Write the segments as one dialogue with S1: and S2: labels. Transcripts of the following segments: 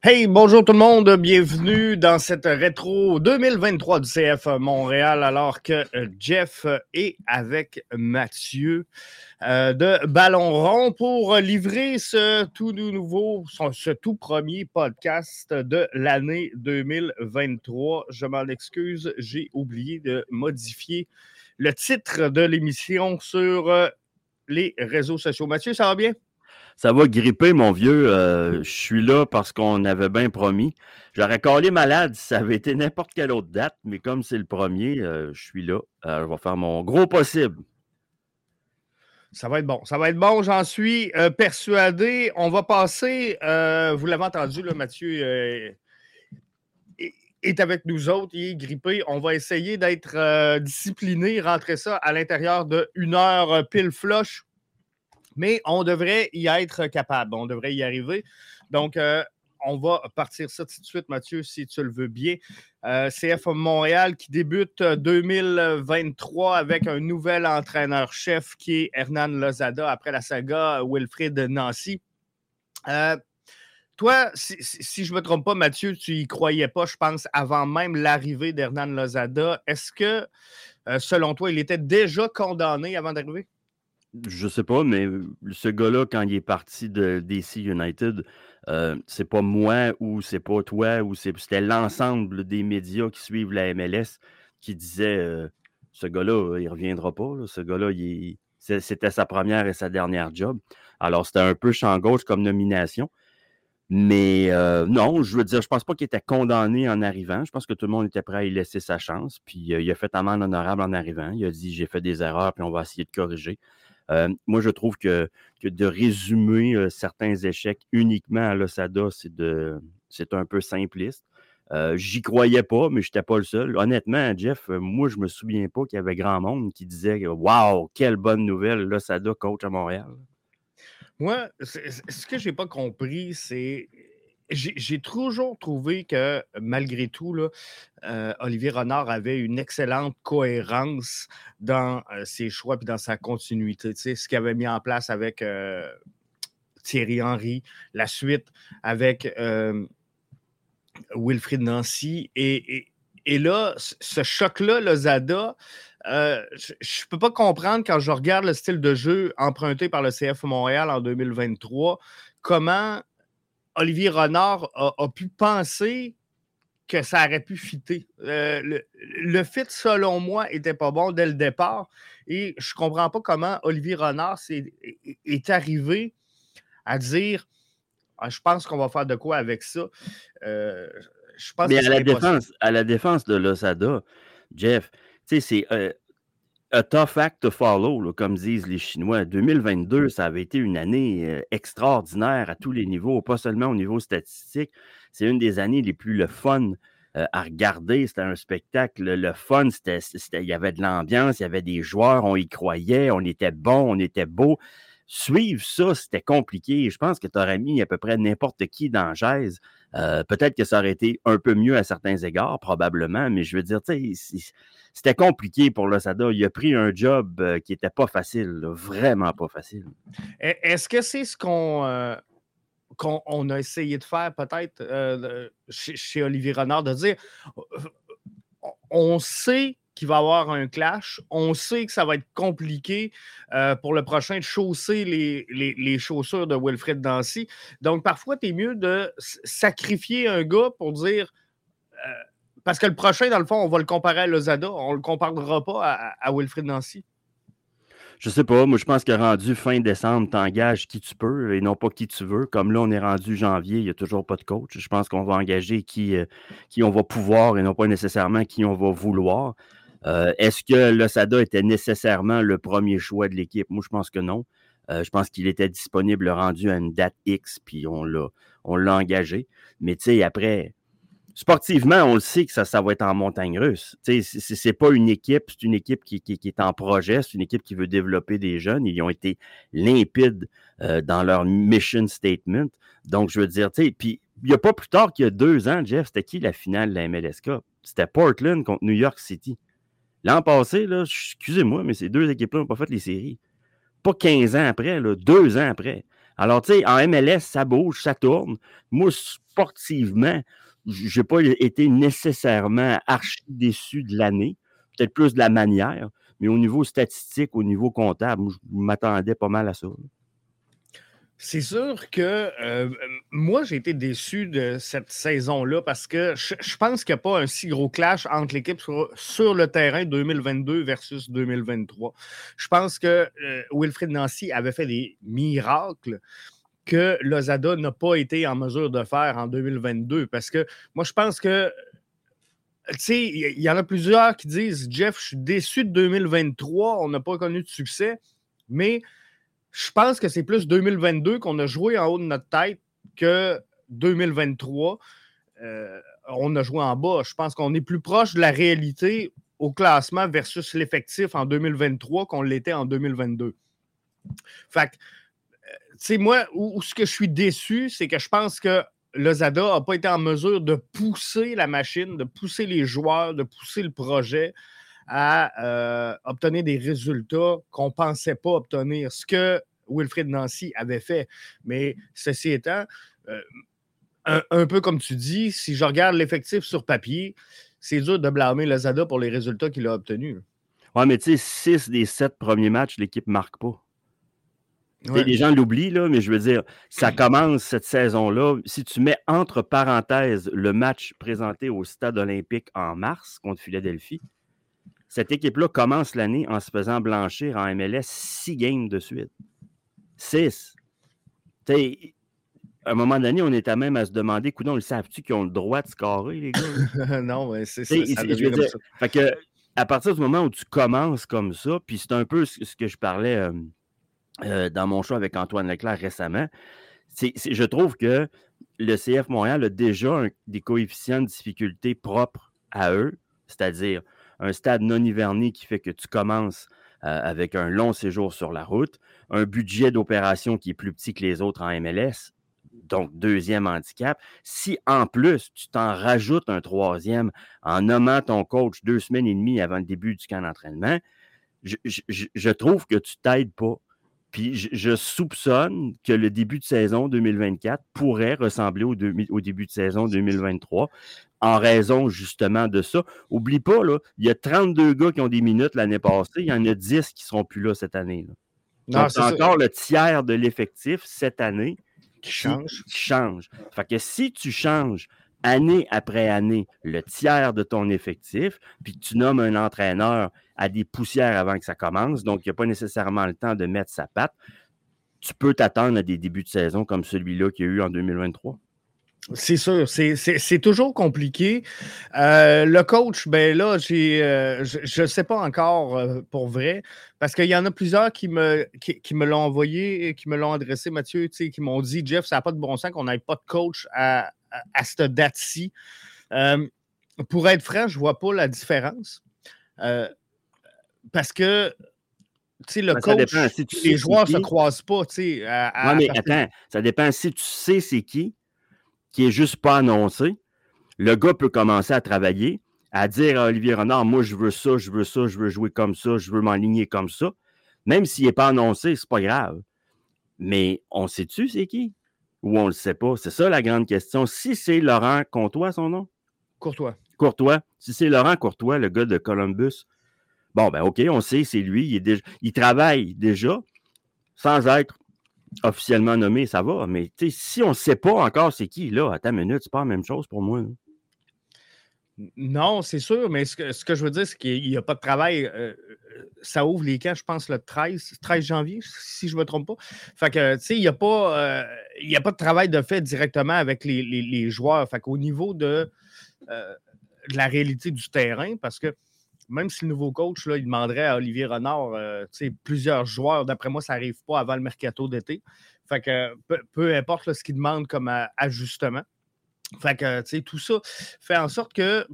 S1: Hey, bonjour tout le monde, bienvenue dans cette rétro 2023 du CF Montréal, alors que Jeff est avec Mathieu de Ballon Rond pour livrer ce tout premier podcast de l'année 2023. Je m'en excuse, j'ai oublié de modifier le titre de l'émission sur les réseaux sociaux. Mathieu, ça va bien?
S2: Ça va gripper, mon vieux. Je suis là parce qu'on avait bien promis. J'aurais collé malade si ça avait été n'importe quelle autre date, mais comme c'est le premier, je suis là. Je vais faire mon gros possible.
S1: Ça va être bon, j'en suis persuadé. On va passer, vous l'avez entendu, là, Mathieu est avec nous autres, il est grippé. On va essayer d'être discipliné, rentrer ça à l'intérieur d'une heure pile flush. Mais on devrait y être capable, on devrait y arriver. Donc, on va partir ça tout de suite, Mathieu, si tu le veux bien. CF Montréal qui débute 2023 avec un nouvel entraîneur-chef qui est Hernan Lozada après la saga Wilfried Nancy. Toi, si je ne me trompe pas, Mathieu, tu y croyais pas, je pense, avant même l'arrivée d'Hernan Lozada. Est-ce que, selon toi, il était déjà condamné avant d'arriver?
S2: Je sais pas, mais ce gars-là, quand il est parti de DC United, c'est pas moi ou c'est pas toi ou c'était l'ensemble des médias qui suivent la MLS qui disaient ce gars-là, il reviendra pas. Là. Ce gars-là, c'était sa première et sa dernière job. Alors, c'était un peu champ gauche comme nomination. Mais non, je veux dire, je pense pas qu'il était condamné en arrivant. Je pense que tout le monde était prêt à y laisser sa chance. Puis il a fait amende honorable en arrivant. Il a dit j'ai fait des erreurs, puis on va essayer de corriger. Moi, je trouve que de résumer certains échecs uniquement à Losada, c'est un peu simpliste. J'y croyais pas, mais je n'étais pas le seul. Honnêtement, Jeff, moi, je me souviens pas qu'il y avait grand monde qui disait waouh, quelle bonne nouvelle, Losada coach à Montréal.
S1: Moi, ce que j'ai pas compris, c'est. J'ai toujours trouvé que, malgré tout, là, Olivier Renard avait une excellente cohérence dans ses choix et dans sa continuité. Tu sais, ce qu'il avait mis en place avec Thierry Henry, la suite avec Wilfried Nancy. Et là, ce choc-là, Lozada, je ne peux pas comprendre quand je regarde le style de jeu emprunté par le CF Montréal en 2023, comment Olivier Renard a pu penser que ça aurait pu fitter. Le fit, selon moi, n'était pas bon dès le départ. Et je ne comprends pas comment Olivier Renard est arrivé à dire je pense qu'on va faire de quoi avec ça. Je pense
S2: Mais
S1: que c'est impossible.
S2: à la défense de Losada, Jeff, tu sais, c'est a tough act to follow, là, comme disent les Chinois. 2022, ça avait été une année extraordinaire à tous les niveaux, pas seulement au niveau statistique. C'est une des années les plus le fun à regarder. C'était un spectacle. Le fun, il y avait de l'ambiance, il y avait des joueurs, on y croyait, on était bon, on était beau. Suivre ça, c'était compliqué. Je pense que tu aurais mis à peu près n'importe qui dans la chaise. Peut-être que ça aurait été un peu mieux à certains égards, probablement, mais je veux dire, tu sais, c'était compliqué pour Losada. Il a pris un job qui n'était pas facile, là, vraiment pas facile.
S1: Est-ce que c'est ce qu'on a essayé de faire peut-être chez Olivier Renard, de dire on sait qu'il va y avoir un clash, on sait que ça va être compliqué pour le prochain de chausser les chaussures de Wilfried Nancy. Donc, parfois, tu es mieux de sacrifier un gars pour dire parce que le prochain, dans le fond, on va le comparer à Lozada, on ne le comparera pas à Wilfried Nancy.
S2: Je sais pas, moi je pense que rendu fin décembre, t'engages qui tu peux et non pas qui tu veux. Comme là, on est rendu janvier, il n'y a toujours pas de coach. Je pense qu'on va engager qui on va pouvoir et non pas nécessairement qui on va vouloir. Est-ce que Losada était nécessairement le premier choix de l'équipe? Moi, je pense que non. Je pense qu'il était disponible rendu à une date X, puis on l'a engagé. Mais tu sais, après, sportivement, on le sait que ça va être en montagne russe. C'est pas une équipe, c'est une équipe qui est en projet, c'est une équipe qui veut développer des jeunes. Ils ont été limpides dans leur mission statement. Donc, je veux dire, puis il n'y a pas plus tard qu'il y a 2 ans, Jeff, c'était qui la finale de la MLS Cup? C'était Portland contre New York City. L'an passé, là, excusez-moi, mais ces 2 équipes-là n'ont pas fait les séries. Pas 15 ans après, là, 2 ans après. Alors, tu sais, en MLS, ça bouge, ça tourne. Moi, sportivement, je n'ai pas été nécessairement archi déçu de l'année, peut-être plus de la manière, mais au niveau statistique, au niveau comptable, je m'attendais pas mal à ça.
S1: C'est sûr que moi, j'ai été déçu de cette saison-là parce que je pense qu'il n'y a pas un si gros clash entre l'équipe sur le terrain 2022 versus 2023. Je pense que Wilfried Nancy avait fait des miracles que Lozada n'a pas été en mesure de faire en 2022 parce que moi, je pense que tu sais, il y en a plusieurs qui disent Jeff, je suis déçu de 2023, on n'a pas connu de succès, mais je pense que c'est plus 2022 qu'on a joué en haut de notre tête que 2023. On a joué en bas. Je pense qu'on est plus proche de la réalité au classement versus l'effectif en 2023 qu'on l'était en 2022. Fait que, tu sais, moi, où ce que je suis déçu, c'est que je pense que Lozada n'a pas été en mesure de pousser la machine, de pousser les joueurs, de pousser le projet à obtenir des résultats qu'on ne pensait pas obtenir, ce que Wilfried Nancy avait fait. Mais ceci étant, un peu comme tu dis, si je regarde l'effectif sur papier, c'est dur de blâmer Lozada pour les résultats qu'il a obtenus.
S2: Oui, mais tu sais, 6 des 7 premiers matchs, l'équipe ne marque pas. Ouais. Les gens l'oublient, là, mais je veux dire, ça commence cette saison-là. Si tu mets entre parenthèses le match présenté au Stade olympique en mars contre Philadelphie, cette équipe-là commence l'année en se faisant blanchir en MLS 6 games de suite. 6. Tu sais, à un moment donné, on était même à se demander, coudonc, le savent-tu qu'ils ont le droit de scorer, les gars?
S1: Non, mais c'est ça.
S2: Je veux dire, fait que, à partir du moment où tu commences comme ça, puis c'est un peu ce que je parlais dans mon show avec Antoine Leclerc récemment, je trouve que le CF Montréal a déjà des coefficients de difficulté propres à eux, c'est-à-dire un stade non hiverné qui fait que tu commences avec un long séjour sur la route, un budget d'opération qui est plus petit que les autres en MLS, donc deuxième handicap. Si en plus, tu t'en rajoutes un troisième en nommant ton coach 2 semaines et demie avant le début du camp d'entraînement, je trouve que tu t'aides pas. Puis je soupçonne que le début de saison 2024 pourrait ressembler au début de saison 2023 en raison justement de ça. Oublie pas, là, il y a 32 gars qui ont des minutes l'année passée, il y en a 10 qui ne seront plus là cette année. Là. Donc, c'est encore le tiers de l'effectif cette année qui change. Fait que si tu changes année après année le tiers de ton effectif, puis tu nommes un entraîneur à des poussières avant que ça commence, donc il n'y a pas nécessairement le temps de mettre sa patte, tu peux t'attendre à des débuts de saison comme celui-là qu'il y a eu en 2023.
S1: C'est sûr, c'est toujours compliqué. Le coach, ben là, je ne sais pas encore pour vrai, parce qu'il y en a plusieurs qui me l'ont envoyé, qui me l'ont adressé, Mathieu, qui m'ont dit, Jeff, ça n'a pas de bon sens qu'on n'ait pas de coach à cette date-ci. Pour être franc, je ne vois pas la différence. Parce que le coach, les joueurs ne se croisent pas.
S2: Oui, mais attends, ça dépend. Si tu sais c'est qui n'est juste pas annoncé, le gars peut commencer à travailler, à dire à Olivier Renard, moi, je veux ça, je veux jouer comme ça, je veux m'enligner comme ça. Même s'il n'est pas annoncé, c'est pas grave. Mais on sait-tu c'est qui? Ou on le sait pas? C'est ça la grande question. Si c'est Laurent Comtois, son nom? Courtois. Si c'est Laurent Courtois, le gars de Columbus, bon, ben OK, on sait, c'est lui. Il travaille déjà sans être officiellement nommé, ça va. Mais si on ne sait pas encore c'est qui, là, attends une minute, c'est pas la même chose pour moi. Là.
S1: Non, c'est sûr, mais ce que je veux dire, c'est qu'il n'y a pas de travail. Ça ouvre les camps, je pense, le 13 janvier, si je ne me trompe pas. Fait que, il n'y a pas de travail de fait directement avec les joueurs. Fait qu'au niveau de la réalité du terrain, parce que même si le nouveau coach, là, il demanderait à Olivier Renard plusieurs joueurs, d'après moi, ça n'arrive pas avant le mercato d'été. Fait que peu importe là, ce qu'il demande comme ajustement. Fait que, tout ça fait en sorte que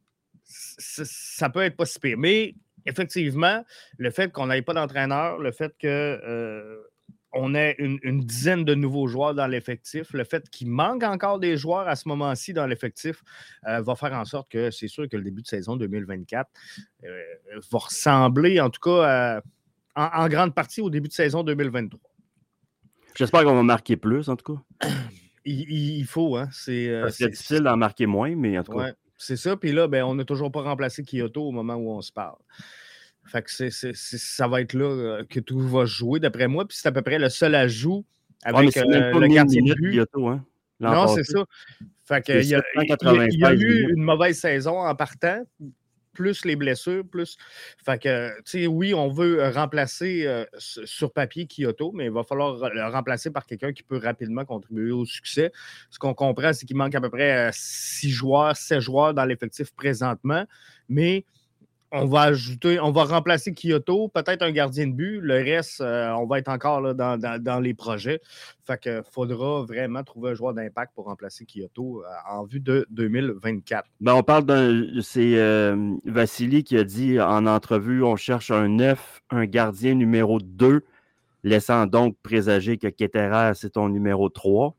S1: ça peut être pas si pire. Mais effectivement, le fait qu'on n'ait pas d'entraîneur, le fait qu'on ait une dizaine de nouveaux joueurs dans l'effectif, le fait qu'il manque encore des joueurs à ce moment-ci dans l'effectif va faire en sorte que c'est sûr que le début de saison 2024 va ressembler, en tout cas, en grande partie au début de saison 2023.
S2: J'espère qu'on va marquer plus, en tout cas.
S1: Il faut, hein.
S2: C'est difficile d'en marquer moins, mais en tout cas.
S1: Ouais, c'est ça. Puis là, on n'a toujours pas remplacé Kyoto au moment où on se parle. Fait que ça va être là que tout va se jouer, d'après moi. Puis c'est à peu près le seul ajout
S2: Ouais, mais
S1: avec
S2: c'est même pas
S1: le
S2: 1000
S1: gardien de
S2: minutes,
S1: but.
S2: Kyoto, hein, l'an
S1: Non, c'est
S2: passé.
S1: ça. Fait que,
S2: C'est
S1: il y a
S2: 796
S1: eu
S2: minutes.
S1: une mauvaise saison en partant, plus les blessures, plus. Fait que, tu sais, oui, on veut remplacer sur papier Kyoto, mais il va falloir le remplacer par quelqu'un qui peut rapidement contribuer au succès. Ce qu'on comprend, c'est qu'il manque à peu près 6 joueurs, 7 joueurs dans l'effectif présentement, mais on va remplacer Kyoto, peut-être un gardien de but. Le reste, on va être encore là, dans les projets. Fait qu'il faudra vraiment trouver un joueur d'impact pour remplacer Kyoto en vue de 2024.
S2: On parle c'est Vassili qui a dit en entrevue, on cherche un 9, un gardien numéro 2, laissant donc présager que Ketterer, c'est ton numéro 3.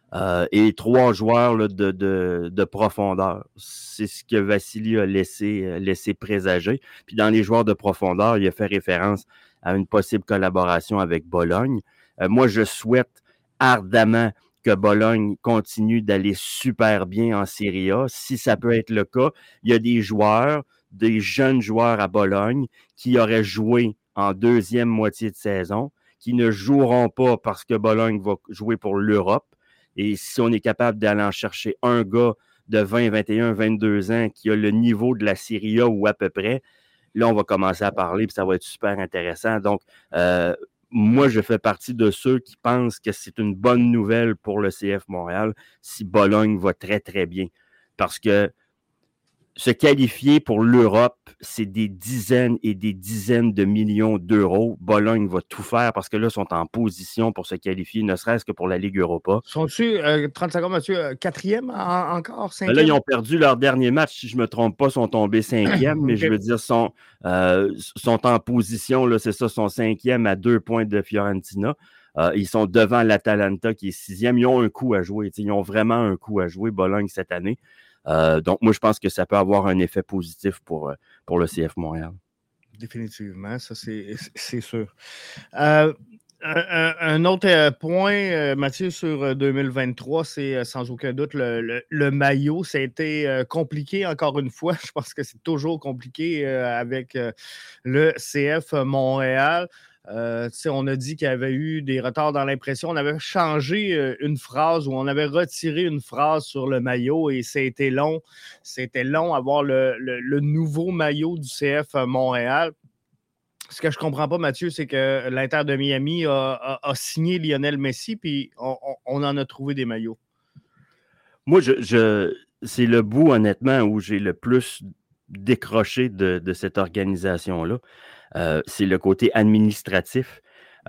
S2: Et 3 joueurs là, de profondeur. C'est ce que Vassili a laissé présager. Puis dans les joueurs de profondeur, il a fait référence à une possible collaboration avec Bologne. Moi, je souhaite ardemment que Bologne continue d'aller super bien en Serie A. Si ça peut être le cas, il y a des jeunes joueurs à Bologne qui auraient joué en deuxième moitié de saison, qui ne joueront pas parce que Bologne va jouer pour l'Europe. Et si on est capable d'aller en chercher un gars de 20, 21, 22 ans qui a le niveau de la Serie A ou à peu près, là, on va commencer à parler puis ça va être super intéressant. Donc, moi, je fais partie de ceux qui pensent que c'est une bonne nouvelle pour le CF Montréal si Bologne va très, très bien. Parce que se qualifier pour l'Europe, c'est des dizaines et des dizaines de millions d'euros. Bologne va tout faire parce que là, ils sont en position pour se qualifier, ne serait-ce que pour la Ligue Europa.
S1: Sont-tu, 30 secondes, Mathieu, quatrième encore,
S2: Ben là,
S1: cinquième?
S2: ils ont perdu leur dernier match, si je ne me trompe pas, sont tombés cinquième, mais
S1: OK.
S2: je veux dire, sont en position, là, c'est ça, sont cinquième à 2 points de Fiorentina. Ils sont devant l'Atalanta qui est sixième. Ils ont un coup à jouer. Ils ont vraiment un coup à jouer, Bologne, cette année. Donc, moi, je pense que ça peut avoir un effet positif pour le CF Montréal.
S1: Définitivement, ça, c'est sûr. Un autre point, Mathieu, sur 2023, c'est sans aucun doute le maillot. Ça a été compliqué encore une fois. Je pense que c'est toujours compliqué avec le CF Montréal. On a dit qu'il y avait eu des retards dans l'impression. On avait changé une phrase ou on avait retiré une phrase sur le maillot et c'était long. C'était long à voir le nouveau maillot du CF Montréal. Ce que je ne comprends pas, Mathieu, c'est que l'Inter de Miami a signé Lionel Messi, puis on en a trouvé des maillots.
S2: Moi, c'est le bout, honnêtement, où j'ai le plus décroché de cette organisation-là. C'est le côté administratif.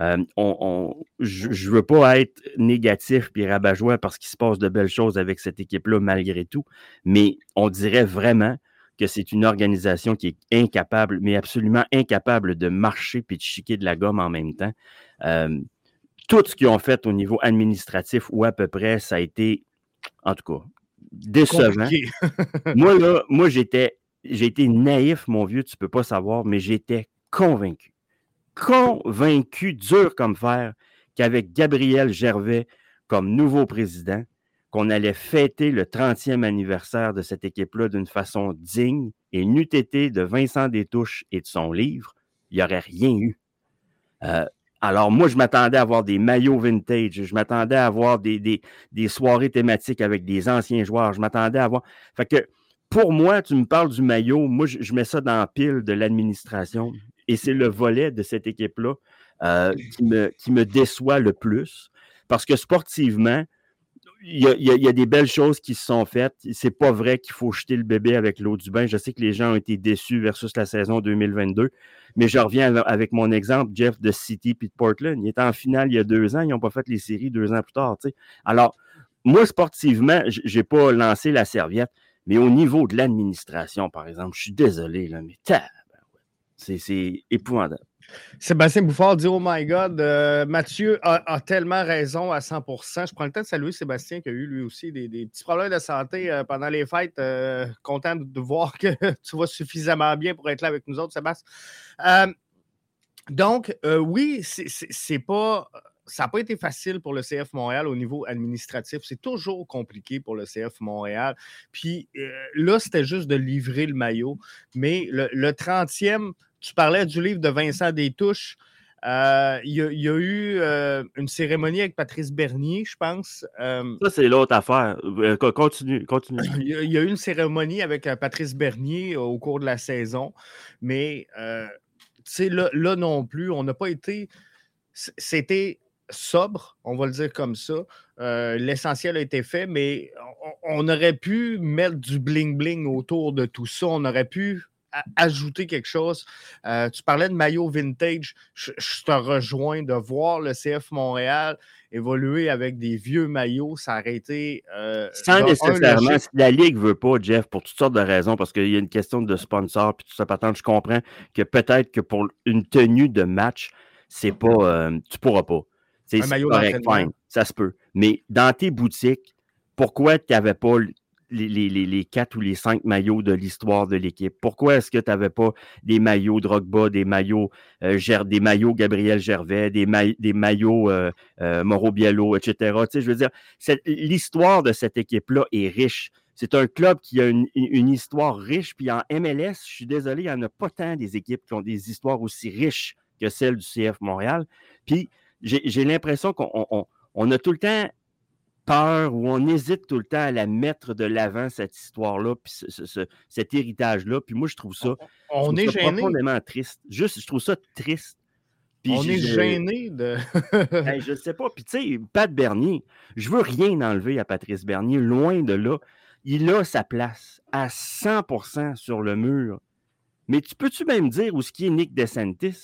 S2: Je veux pas être négatif puis rabat-joie parce qu'il se passe de belles choses avec cette équipe-là malgré tout, mais on dirait vraiment que c'est une organisation qui est incapable, mais absolument incapable de marcher puis de chiquer de la gomme en même temps. Tout ce qu'ils ont fait au niveau administratif ou à peu près, ça a été, en tout cas, décevant. Moi, j'ai été naïf, mon vieux, tu peux pas savoir, mais j'étais convaincu, dur comme fer, qu'avec Gabriel Gervais comme nouveau président, qu'on allait fêter le 30e anniversaire de cette équipe-là d'une façon digne et n'eût été de Vincent Détouche et de son livre, il n'y aurait rien eu. Alors, moi, je m'attendais à avoir des maillots vintage, je m'attendais à avoir des soirées thématiques avec des anciens joueurs, je m'attendais à avoir... Fait que, pour moi, tu me parles du maillot, moi, je mets ça dans la pile de l'administration. Et c'est le volet de cette équipe-là qui me déçoit le plus. Parce que sportivement, il y a des belles choses qui se sont faites. C'est pas vrai qu'il faut jeter le bébé avec l'eau du bain. Je sais que les gens ont été déçus versus la saison 2022. Mais je reviens avec mon exemple, Jeff, de City puis de Portland. Il était en finale il y a 2 ans. Ils n'ont pas fait les séries 2 ans plus tard. T'sais. Alors, moi, sportivement, je n'ai pas lancé la serviette. Mais au niveau de l'administration, par exemple, je suis désolé, là, mais c'est épouvantable.
S1: Sébastien Bouffard dit « Oh my God, Mathieu a tellement raison à 100%. » Je prends le temps de saluer Sébastien qui a eu lui aussi des petits problèmes de santé pendant les fêtes. Content de voir que tu vas suffisamment bien pour être là avec nous autres, Sébastien. Donc, oui, c'est pas ça n'a pas été facile pour le CF Montréal au niveau administratif. C'est toujours compliqué pour le CF Montréal. Puis là, c'était juste de livrer le maillot. Mais le 30e, tu parlais du livre de Vincent Destouches. Il y a eu une cérémonie avec Patrice Bernier, je pense.
S2: Ça, c'est l'autre affaire. Continue.
S1: Il y a eu une cérémonie avec Patrice Bernier au cours de la saison. Mais, tu sais, là non plus, on n'a pas été... C'était sobre, on va le dire comme ça. L'essentiel a été fait, mais on aurait pu mettre du bling-bling autour de tout ça. On aurait pu ajouter quelque chose. Tu parlais de maillot vintage. Je te rejoins de voir le CF Montréal évoluer avec des vieux maillots. Ça aurait été...
S2: Sans nécessairement, si la Ligue ne veut pas, Jeff, pour toutes sortes de raisons, parce qu'il y a une question de sponsor, puis tout ça, patente, je comprends que peut-être que pour une tenue de match, c'est pas, tu pourras pas. C'est correct, fine, ça se peut. Mais dans tes boutiques, pourquoi tu n'avais pas les 4 ou les 5 maillots de l'histoire de l'équipe? Pourquoi est-ce que tu n'avais pas des maillots Drogba, des maillots Gabriel Gervais, des maillots Mauro Biello, etc.? Tu sais, je veux dire, l'histoire de cette équipe-là est riche. C'est un club qui a une histoire riche. Puis en MLS, je suis désolé, il n'y en a pas tant des équipes qui ont des histoires aussi riches que celle du CF Montréal. Puis j'ai l'impression qu'on a tout le temps peur ou on hésite tout le temps à la mettre de l'avant, cette histoire-là, puis cet héritage-là. Puis moi, je trouve ça, profondément triste. Juste, je trouve ça triste. Puis
S1: on est gêné de...
S2: je ne sais pas. Puis tu sais, Pat Bernier, je veux rien enlever à Patrice Bernier, loin de là. Il a sa place à 100% sur le mur. Mais peux-tu même dire où ce qui est Nick DeSantis?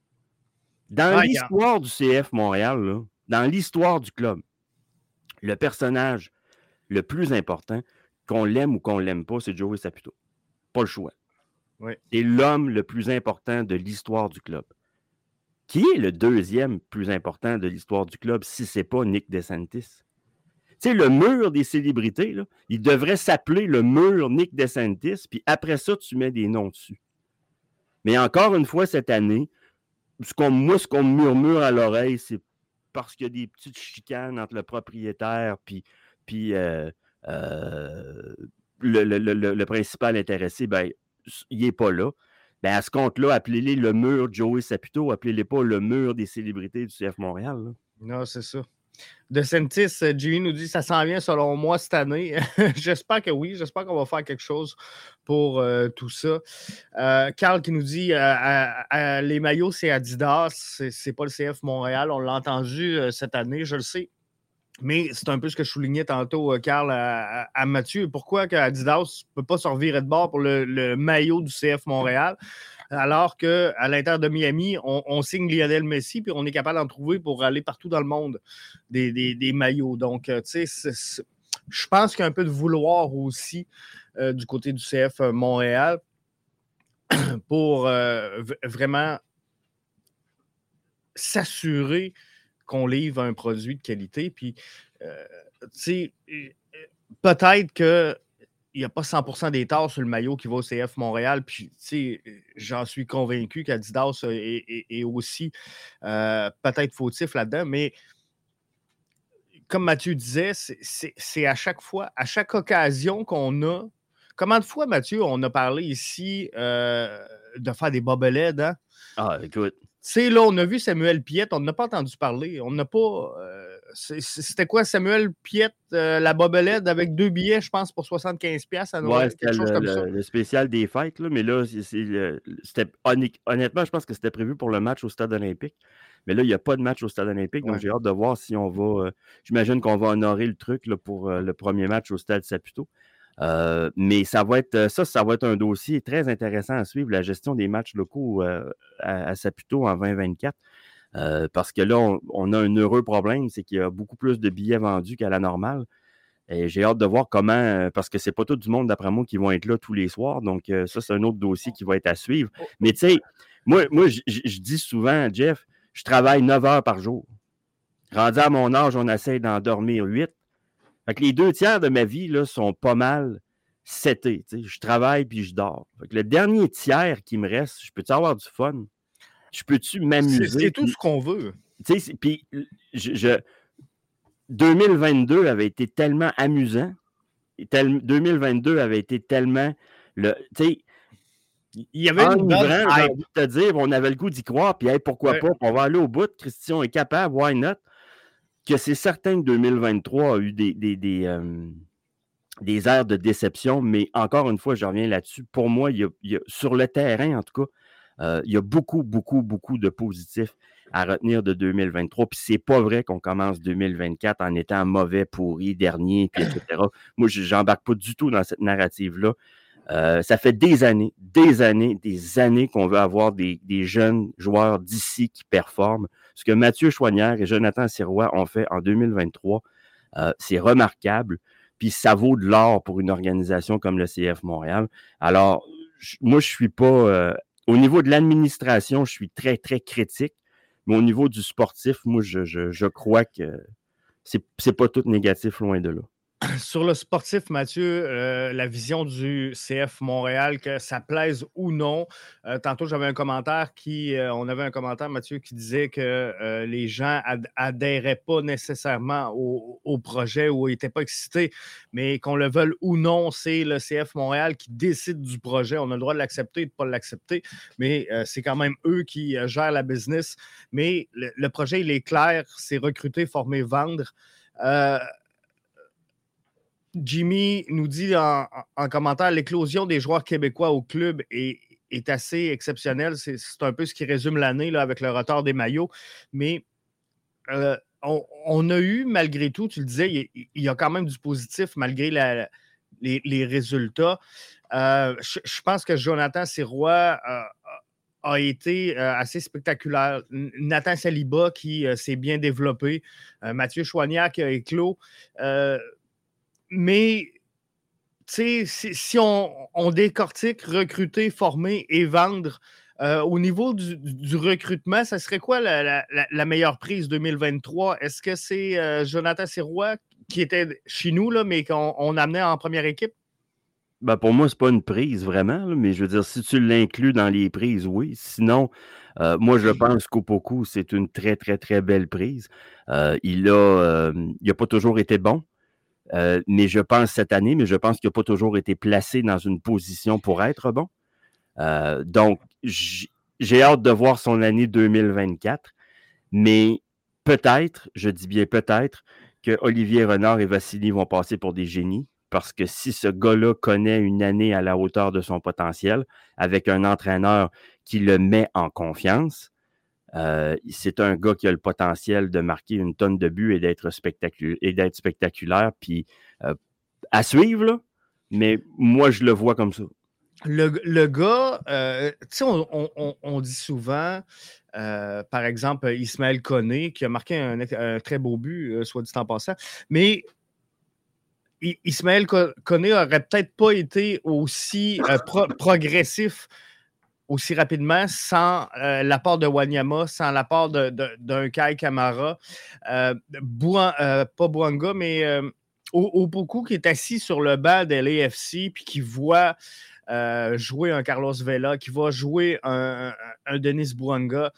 S2: Dans l'histoire du CF Montréal, là, dans l'histoire du club, le personnage le plus important, qu'on l'aime ou qu'on l'aime pas, c'est Joey Saputo. Pas le choix.
S1: Oui.
S2: C'est l'homme le plus important de l'histoire du club. Qui est le deuxième plus important de l'histoire du club si c'est pas Nick DeSantis? Tu sais, le mur des célébrités, là, il devrait s'appeler le mur Nick DeSantis, puis après ça, tu mets des noms dessus. Mais encore une fois, cette année, ce qu'on me murmure à l'oreille, c'est parce qu'il y a des petites chicanes entre le propriétaire puis le principal intéressé, ben, il n'est pas là. Ben, à ce compte-là, appelez-les le mur Joey Saputo, appelez-les pas le mur des célébrités du CF Montréal. Là.
S1: Non, c'est ça. DeSantis, Jimmy nous dit ça s'en vient selon moi cette année. J'espère que oui. J'espère qu'on va faire quelque chose pour tout ça. Carl qui nous dit les maillots, c'est Adidas. C'est pas le CF Montréal. On l'a entendu cette année, je le sais. Mais c'est un peu ce que je soulignais tantôt, Carl, à Mathieu. Pourquoi Adidas ne peut pas se revirer de bord pour le maillot du CF Montréal? Alors qu'à l'intérieur de Miami, on signe Lionel Messi, puis on est capable d'en trouver pour aller partout dans le monde des maillots. Donc, tu sais, je pense qu'il y a un peu de vouloir aussi du côté du CF Montréal pour vraiment s'assurer qu'on livre un produit de qualité. Puis, tu sais, peut-être que il n'y a pas 100% des torts sur le maillot qui va au CF Montréal. Puis, tu sais, j'en suis convaincu qu'Adidas est aussi peut-être fautif là-dedans. Mais comme Mathieu disait, c'est à chaque fois, à chaque occasion qu'on a. Comment de fois, Mathieu, on a parlé ici de faire des bobelettes, hein?
S2: Ah, écoute.
S1: Tu sais, là, on a vu Samuel Piette, on n'a pas entendu parler. On n'a pas. C'était quoi, Samuel Piette, la bobelette avec 2 billets, je pense, pour 75$? À
S2: Noël, c'était le spécial des fêtes, là, mais là, c'était honnêtement, je pense que c'était prévu pour le match au Stade olympique. Mais là, il n'y a pas de match au Stade olympique, donc j'ai hâte de voir si on va. J'imagine qu'on va honorer le truc là, pour le premier match au Stade Saputo. Mais ça va être un dossier très intéressant à suivre, la gestion des matchs locaux à Saputo en 2024. Parce que là, on a un heureux problème, c'est qu'il y a beaucoup plus de billets vendus qu'à la normale. Et j'ai hâte de voir comment, parce que c'est pas tout du monde, d'après moi, qui vont être là tous les soirs. Donc, ça, c'est un autre dossier qui va être à suivre. Mais tu sais, moi je dis souvent, Jeff, je travaille 9 heures par jour. Rendu à mon âge, on essaie d'en dormir 8. Fait que les 2 tiers de ma vie là, sont pas mal setés. Je travaille puis je dors. Fait que le dernier tiers qui me reste, je peux-tu avoir du fun? Je peux-tu m'amuser?
S1: C'est tout ce qu'on veut.
S2: Tu sais, puis 2022 avait été tellement amusant. 2022 avait été tellement... Tu sais,
S1: il y avait une bonne
S2: enivrant, j'ai
S1: hype.
S2: envie de te dire, on avait le goût d'y croire, puis hey, pourquoi pas, on va aller au bout. Christian est capable, why not? Que c'est certain que 2023 a eu des airs de déception, mais encore une fois, je reviens là-dessus. Pour moi, sur le terrain, en tout cas, il y a beaucoup, beaucoup, beaucoup de positifs à retenir de 2023. Puis c'est pas vrai qu'on commence 2024 en étant mauvais, pourri, dernier, puis etc. Moi, j'embarque pas du tout dans cette narrative-là. Ça fait des années qu'on veut avoir des jeunes joueurs d'ici qui performent. Ce que Mathieu Choinière et Jonathan Sirois ont fait en 2023, c'est remarquable. Puis ça vaut de l'or pour une organisation comme le CF Montréal. Alors, moi, je suis pas... au niveau de l'administration, je suis très, très critique. Mais au niveau du sportif, moi, je crois que c'est pas tout négatif, loin de là.
S1: Sur le sportif, Mathieu, la vision du CF Montréal, que ça plaise ou non. Tantôt, j'avais un commentaire on avait un commentaire, Mathieu, qui disait que les gens adhéraient pas nécessairement au projet ou n'étaient pas excités, mais qu'on le veuille ou non, c'est le CF Montréal qui décide du projet. On a le droit de l'accepter et de ne pas l'accepter, mais c'est quand même eux qui gèrent la business. Mais le projet, il est clair, c'est recruter, former, vendre. Jimmy nous dit en commentaire, l'éclosion des joueurs québécois au club est assez exceptionnelle. C'est un peu ce qui résume l'année là, avec le retard des maillots. Mais on a eu, malgré tout, tu le disais, il y a quand même du positif malgré les résultats. Je pense que Jonathan Sirois a été assez spectaculaire. Nathan Saliba qui s'est bien développé. Mathieu Choinière qui a éclos. Mais, tu sais, si on décortique, recruter, former et vendre, au niveau du recrutement, ça serait quoi la meilleure prise 2023? Est-ce que c'est Jonathan Sirois qui était chez nous, là, mais qu'on amenait en première équipe?
S2: Ben pour moi, c'est pas une prise vraiment, là, mais je veux dire, si tu l'inclus dans les prises, oui. Sinon, moi, je pense qu'Opoku, c'est une très, très, très belle prise. Il n'a pas toujours été bon. Mais je pense cette année, mais je pense qu'il n'a pas toujours été placé dans une position pour être bon. Donc, j'ai hâte de voir son année 2024, mais peut-être, je dis bien peut-être, que Olivier Renard et Vassili vont passer pour des génies, parce que si ce gars-là connaît une année à la hauteur de son potentiel, avec un entraîneur qui le met en confiance, c'est un gars qui a le potentiel de marquer une tonne de buts et d'être spectaculaire, puis à suivre, là, mais moi, je le vois comme ça.
S1: Le gars, tu sais, on dit souvent, par exemple, Ismaël Koné, qui a marqué un très beau but, soit dit en passant, mais Ismaël Koné n'aurait peut-être pas été aussi progressif aussi rapidement sans l'apport de Wanyama, sans l'apport d'un Kai Kamara. Pas Bouanga, mais Opoku qui est assis sur le banc de l'AFC puis qui voit jouer un Carlos Vela, qui va jouer un Denis Bouanga.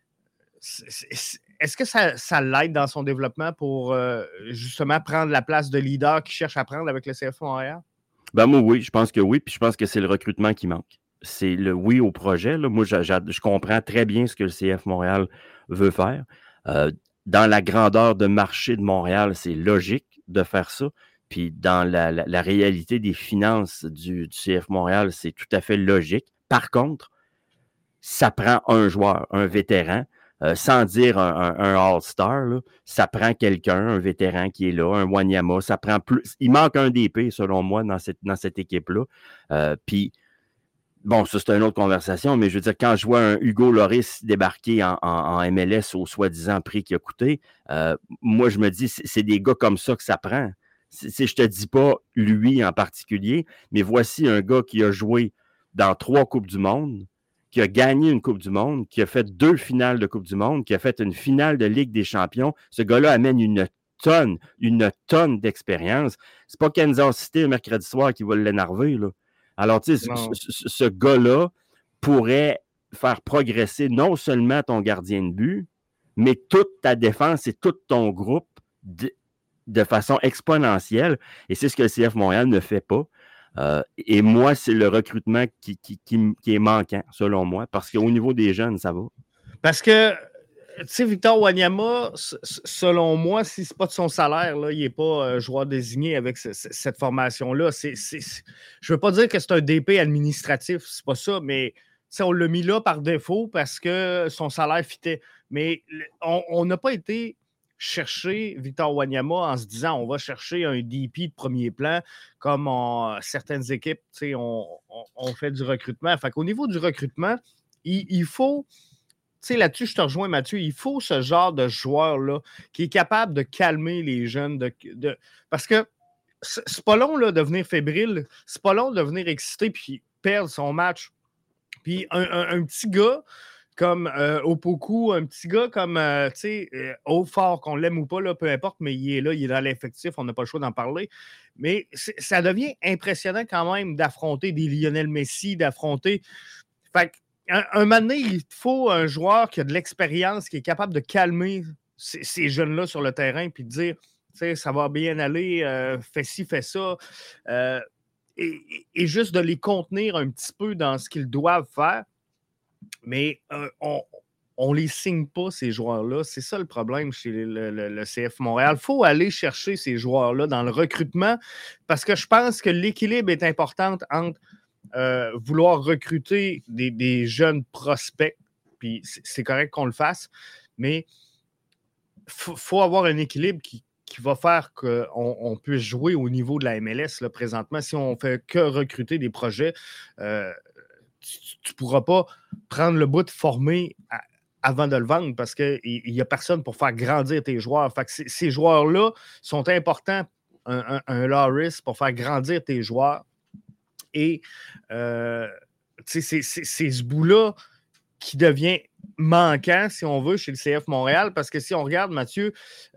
S1: Est-ce que ça l'aide dans son développement pour justement prendre la place de leader qu'il cherche à prendre avec le CF Montréal?
S2: Ben moi, oui, je pense que oui, puis je pense que c'est le recrutement qui manque. C'est le oui au projet. Là. Moi, je comprends très bien ce que le CF Montréal veut faire. Dans la grandeur de marché de Montréal, c'est logique de faire ça. Puis dans la réalité des finances du CF Montréal, c'est tout à fait logique. Par contre, ça prend un joueur, un vétéran, sans dire un All-Star, là, ça prend quelqu'un, un vétéran qui est là, un Wanyama, ça prend plus. Il manque un DP, selon moi, dans cette équipe-là. Puis, bon, ça, c'est une autre conversation, mais je veux dire, quand je vois un Hugo Lloris débarquer en MLS au soi-disant prix qu'il a coûté, moi, je me dis, c'est des gars comme ça que ça prend. Je te dis pas lui en particulier, mais voici un gars qui a joué dans 3 Coupes du Monde, qui a gagné une Coupe du Monde, qui a fait 2 finales de Coupe du Monde, qui a fait une finale de Ligue des Champions. Ce gars-là amène une tonne d'expérience. C'est pas Kansas City le mercredi soir qui va l'énerver, là. Alors, tu sais, ce gars-là pourrait faire progresser non seulement ton gardien de but, mais toute ta défense et tout ton groupe de façon exponentielle. Et c'est ce que le CF Montréal ne fait pas. Et moi, c'est le recrutement qui est manquant, selon moi, parce qu'au niveau des jeunes, ça va.
S1: Parce que, tu sais, Victor Wanyama, selon moi, si ce n'est pas de son salaire, là, il n'est pas joueur désigné avec cette formation-là. Je ne veux pas dire que c'est un DP administratif, c'est pas ça, mais on l'a mis là par défaut parce que son salaire fitait. Mais on n'a pas été chercher Victor Wanyama en se disant on va chercher un DP de premier plan comme certaines équipes on fait du recrutement. Fait qu'au niveau du recrutement, il faut, là-dessus, je te rejoins, Mathieu, il faut ce genre de joueur-là qui est capable de calmer les jeunes. Parce que c'est pas long là, de devenir fébrile, c'est pas long de devenir excité puis perdre son match. Puis un petit gars comme Opoku, un petit gars comme Haut-Fort, qu'on l'aime ou pas, là, peu importe, mais il est là, il est dans l'effectif, on n'a pas le choix d'en parler. Mais ça devient impressionnant quand même d'affronter des Lionel Messi, d'affronter. Fait un moment donné, il faut un joueur qui a de l'expérience, qui est capable de calmer ces jeunes-là sur le terrain, puis de dire, ça va bien aller, fais ci, fais ça. Et juste de les contenir un petit peu dans ce qu'ils doivent faire. Mais on ne les signe pas, ces joueurs-là. C'est ça le problème chez le CF Montréal. Il faut aller chercher ces joueurs-là dans le recrutement parce que je pense que l'équilibre est important entre vouloir recruter des jeunes prospects, puis c'est correct qu'on le fasse, mais il faut avoir un équilibre qui va faire qu'on puisse jouer au niveau de la MLS là, présentement. Si on ne fait que recruter des projets, tu ne pourras pas prendre le bout de former avant de le vendre parce qu'il n'y a personne pour faire grandir tes joueurs. Fait que ces joueurs-là sont importants, un Loris, pour faire grandir tes joueurs. Et c'est ce bout-là qui devient manquant, si on veut, chez le CF Montréal, parce que si on regarde, Mathieu,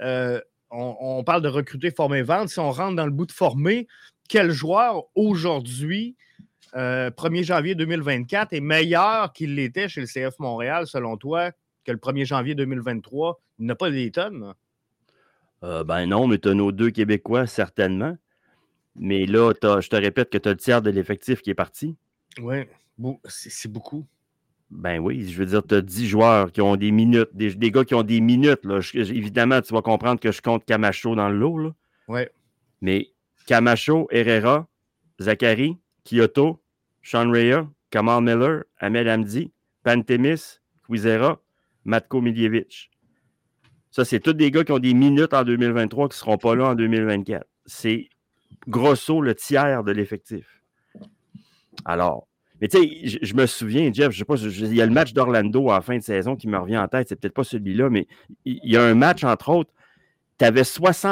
S1: on parle de recruter, former, vendre. Si on rentre dans le bout de former, quel joueur aujourd'hui 1er janvier 2024 est meilleur qu'il l'était chez le CF Montréal, selon toi, que le 1er janvier 2023? Il n'a pas des tonnes.
S2: Ben non, mais tu as nos deux Québécois, certainement. Mais là, je te répète que tu as le tiers de l'effectif qui est parti.
S1: Oui, c'est beaucoup.
S2: Ben oui, je veux dire, tu as 10 joueurs qui ont des minutes, des gars qui ont des minutes. Là. Évidemment, tu vas comprendre que je compte Camacho dans le lot.
S1: Oui.
S2: Mais Camacho, Herrera, Zachary, Kyoto, Sean Rea, Kamal Miller, Ahmed Hamdi, Pantemis, Kwizera, Matko Miljevic. Ça, c'est tous des gars qui ont des minutes en 2023 qui ne seront pas là en 2024. C'est grosso le tiers de l'effectif. Alors, mais tu sais, je me souviens, Jeff, je sais pas, il y a le match d'Orlando en fin de saison qui me revient en tête, c'est peut-être pas celui-là, mais il y a un match, entre autres, tu avais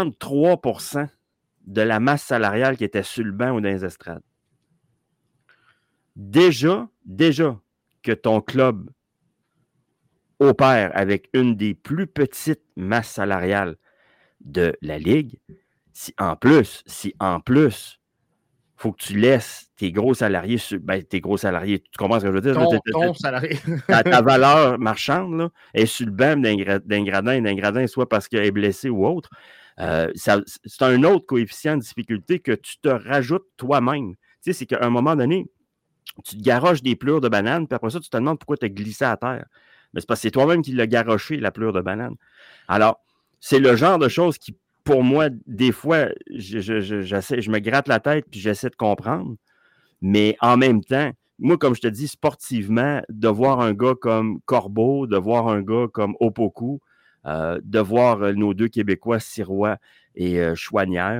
S2: 63% de la masse salariale qui était sur le banc ou dans les estrades. Déjà que ton club opère avec une des plus petites masses salariales de la Ligue, si en plus, il faut que tu laisses tes gros salariés, tes gros salariés, tu comprends ce que je veux dire?
S1: Ton salarié.
S2: ta valeur marchande là, est sur le banc d'un gradin, soit parce qu'il est blessé ou autre. C'est un autre coefficient de difficulté que tu te rajoutes toi-même. Tu sais, c'est qu'à un moment donné, tu te garoches des plures de banane, puis après ça, tu te demandes pourquoi tu as glissé à terre. Mais c'est parce que c'est toi-même qui l'as garoché, la pleure de banane. Alors, c'est le genre de choses qui, pour moi, des fois, je me gratte la tête puis j'essaie de comprendre. Mais en même temps, moi, comme je te dis, sportivement, de voir un gars comme Corbeau, de voir un gars comme Opoku, de voir nos deux Québécois, Sirois et Chouanière,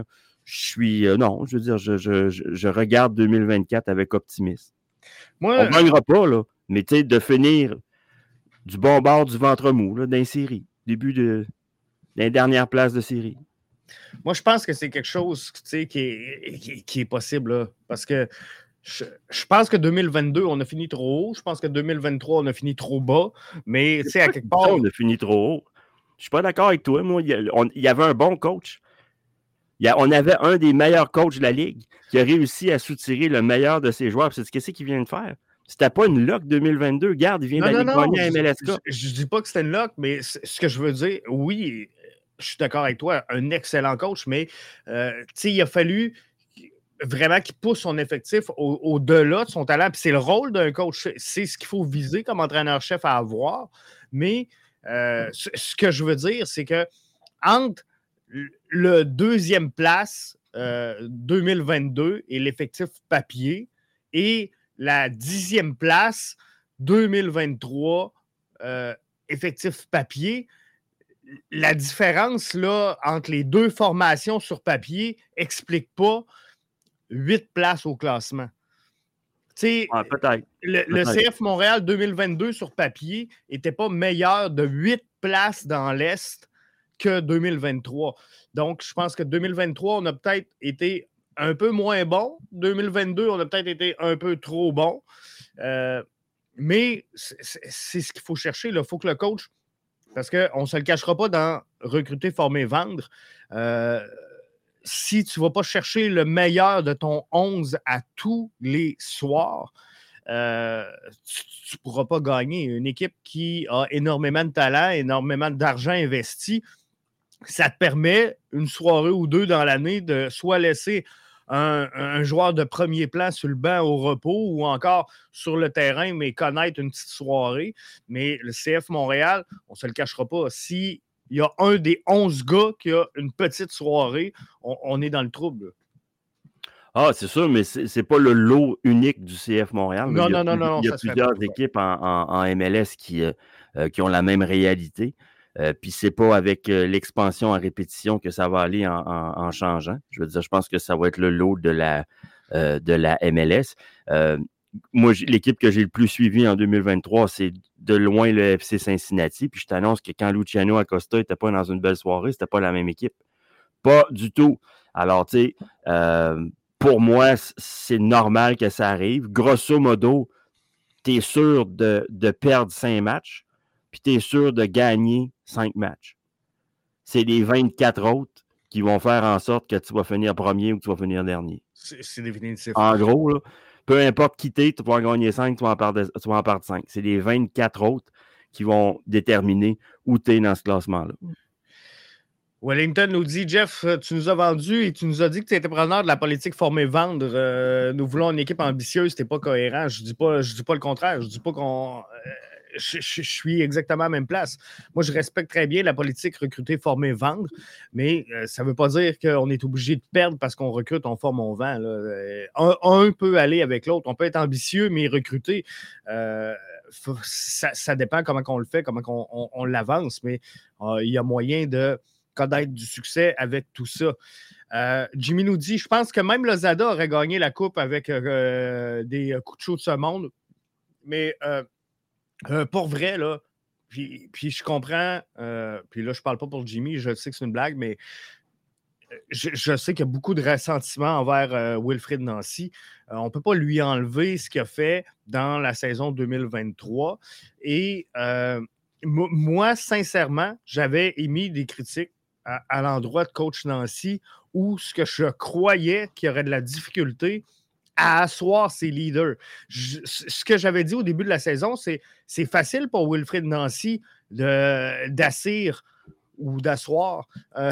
S2: je regarde 2024 avec optimisme. On ne gagnera pas, là, mais tu sais, de finir du bon bord du ventre mou, là, dans les séries, début de la dernière place de série.
S1: Moi, je pense que c'est quelque chose qui est possible, là, parce que je pense que 2022, on a fini trop haut. Je pense que 2023, on a fini trop bas. Mais tu sais, à quelque part.
S2: On a fini trop haut. Je suis pas d'accord avec toi. Moi, il y avait un bon coach. On avait un des meilleurs coachs de la Ligue qui a réussi à soutirer le meilleur de ses joueurs. C'est ce qu'il vient de faire. C'était pas une lock 2022. Regarde, il vient d'aller gagner à MLSK.
S1: Je dis pas que c'était une lock, mais ce que je veux dire, oui, je suis d'accord avec toi, un excellent coach, mais il a fallu vraiment qu'il pousse son effectif au-delà de son talent. Puis c'est le rôle d'un coach. C'est ce qu'il faut viser comme entraîneur-chef à avoir. Mais ce que je veux dire, c'est que entre le deuxième place 2022 et l'effectif papier et la 10e place 2023 effectif papier, la différence là, entre les deux formations sur papier n'explique pas 8 places au classement.
S2: Peut-être.
S1: Le CF Montréal 2022 sur papier n'était pas meilleur de 8 places dans l'Est que 2023. Donc, je pense que 2023, on a peut-être été un peu moins bon. 2022, on a peut-être été un peu trop bon. Mais c'est ce qu'il faut chercher. Il faut que le coach, parce qu'on ne se le cachera pas dans recruter, former, vendre, si tu ne vas pas chercher le meilleur de ton 11 à tous les soirs, tu ne pourras pas gagner. Une équipe qui a énormément de talent, énormément d'argent investi, ça te permet une soirée ou deux dans l'année de soit laisser un joueur de premier plan sur le banc au repos ou encore sur le terrain, mais connaître une petite soirée. Mais le CF Montréal, on ne se le cachera pas, si il y a un des 11 gars qui a une petite soirée, on est dans le trouble.
S2: Ah, c'est sûr, mais c'est pas le lot unique du CF Montréal.
S1: Non.
S2: Il y a plusieurs équipes en MLS qui ont la même réalité. Puis c'est pas avec l'expansion en répétition que ça va aller en changeant. Je veux dire, je pense que ça va être le lot de la MLS. Moi, l'équipe que j'ai le plus suivie en 2023, c'est de loin le FC Cincinnati. Puis je t'annonce que quand Luciano Acosta n'était pas dans une belle soirée, c'était pas la même équipe. Pas du tout. Alors, tu sais, pour moi, c'est normal que ça arrive. Grosso modo, tu es sûr de perdre 5 matchs, puis tu es sûr de gagner 5 matchs. C'est les 24 autres qui vont faire en sorte que tu vas finir premier ou que tu vas finir dernier.
S1: C'est définitif.
S2: En gros, là, peu importe qui t'es, tu vas en gagner 5, tu vas en perdre 5. C'est les 24 autres qui vont déterminer où tu es dans ce classement-là.
S1: Wellington nous dit, Jeff, tu nous as vendu et tu nous as dit que tu étais preneur de la politique former-vendre. Nous voulons une équipe ambitieuse, t'es pas cohérent. Je dis pas le contraire. Je dis pas qu'on... Je suis exactement à la même place. Moi, je respecte très bien la politique recruter, former, vendre, mais ça ne veut pas dire qu'on est obligé de perdre parce qu'on recrute, on forme, on vend. Là. Un peut aller avec l'autre. On peut être ambitieux, mais recruter, ça dépend comment on le fait, comment on l'avance, mais il y a moyen de connaître du succès avec tout ça. Jimmy nous dit, je pense que même le Zada aurait gagné la coupe avec des coups de chaud de ce monde, mais... pour vrai, là, puis je comprends, puis là, je parle pas pour Jimmy, je sais que c'est une blague, mais je sais qu'il y a beaucoup de ressentiment envers Wilfried Nancy. On ne peut pas lui enlever ce qu'il a fait dans la saison 2023. Et moi, sincèrement, j'avais émis des critiques à l'endroit de coach Nancy où ce que je croyais qu'il y aurait de la difficulté à asseoir ses leaders. Ce que j'avais dit au début de la saison, c'est facile pour Wilfried Nancy d'assir ou d'asseoir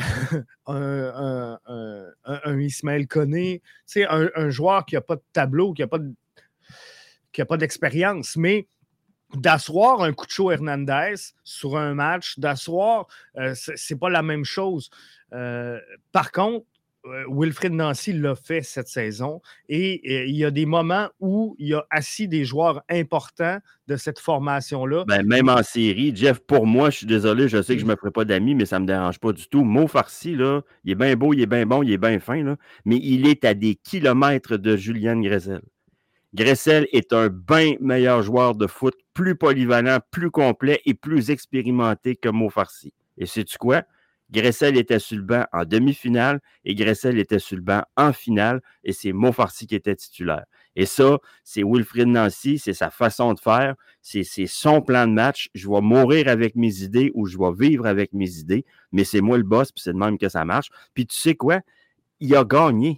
S1: un Ismaël Koné, un joueur qui n'a pas de tableau, qui n'a pas d'expérience, mais d'asseoir un Cucho Hernandez sur un match, d'asseoir, c'est pas la même chose. Par contre, Wilfried Nancy l'a fait cette saison et il y a des moments où il a assis des joueurs importants de cette formation-là.
S2: Ben, même en série, Jeff, pour moi, je suis désolé, je sais que je ne me ferai pas d'amis, mais ça ne me dérange pas du tout. Mo Farsi, là, il est bien beau, il est bien bon, il est bien fin, là, mais il est à des kilomètres de Julien Gressel. Gressel est un bien meilleur joueur de foot, plus polyvalent, plus complet et plus expérimenté que Mo Farsi. Et sais-tu quoi? Gressel était sur le banc en demi-finale et Gressel était sur le banc en finale et c'est Mo Farsi qui était titulaire. Et ça, c'est Wilfried Nancy, c'est sa façon de faire, c'est son plan de match. Je vais mourir avec mes idées ou je vais vivre avec mes idées, mais c'est moi le boss puis c'est de même que ça marche. Puis tu sais quoi? Il a gagné.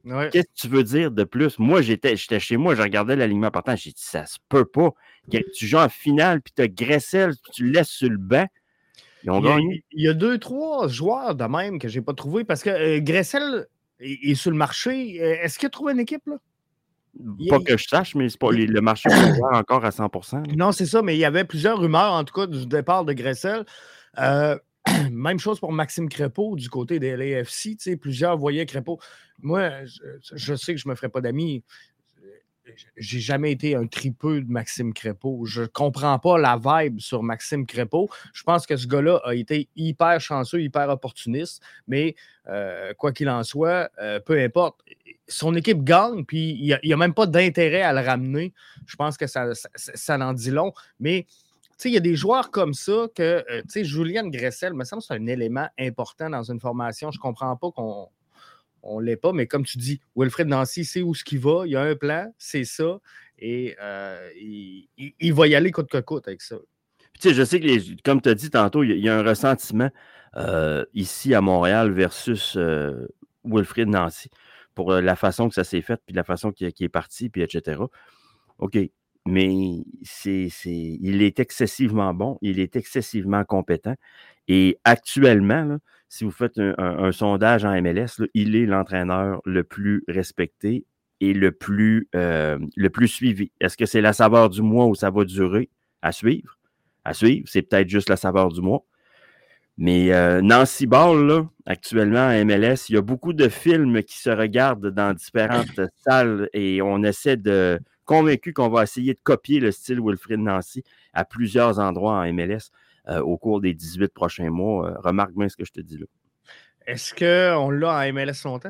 S1: Ouais.
S2: Qu'est-ce que tu veux dire de plus? Moi, j'étais chez moi, je regardais l'alignement partant, j'ai dit, ça se peut pas. Tu joues en finale, puis tu as Gressel, puis tu le laisses sur le banc. Ils ont gagné.
S1: Il y a 2-3 joueurs de même que je n'ai pas trouvé parce que Gressel est sur le marché. Est-ce qu'il a trouvé une équipe, là?
S2: Pas que je sache, mais c'est pas, le marché est ouvert encore à 100%. Là.
S1: Non, c'est ça, mais il y avait plusieurs rumeurs, en tout cas, du départ de Gressel. Même chose pour Maxime Crépeau du côté des LAFC. Plusieurs voyaient Crépeau. Moi, je sais que je ne me ferai pas d'amis. J'ai jamais été un tripeux de Maxime Crépeau. Je ne comprends pas la vibe sur Maxime Crépeau. Je pense que ce gars-là a été hyper chanceux, hyper opportuniste, mais quoi qu'il en soit, peu importe. Son équipe gagne, puis il n'y a même pas d'intérêt à le ramener. Je pense que ça en dit long. Mais il y a des joueurs comme ça que, Julien Gressel, me semble que c'est un élément important dans une formation. Je ne comprends pas qu'on ne l'est pas, mais comme tu dis, Wilfried Nancy sait où ce qu'il va, il y a un plan, c'est ça, et il va y aller coûte que coûte avec ça.
S2: Puis, je sais que, comme tu as dit tantôt, il y a un ressentiment ici à Montréal versus Wilfried Nancy pour la façon que ça s'est fait, puis la façon qu'il est parti, puis etc. OK. Mais il est excessivement bon, il est excessivement compétent. Et actuellement, là, si vous faites un sondage en MLS, là, il est l'entraîneur le plus respecté et le plus suivi. Est-ce que c'est la saveur du mois ou ça va durer? À suivre. À suivre. C'est peut-être juste la saveur du mois. Mais Nancy Ball, là, actuellement à MLS, il y a beaucoup de films qui se regardent dans différentes salles et on essaie de... Convaincu qu'on va essayer de copier le style Wilfried Nancy à plusieurs endroits en MLS au cours des 18 prochains mois. Remarque bien ce que je te dis là.
S1: Est-ce qu'on l'a en MLS longtemps?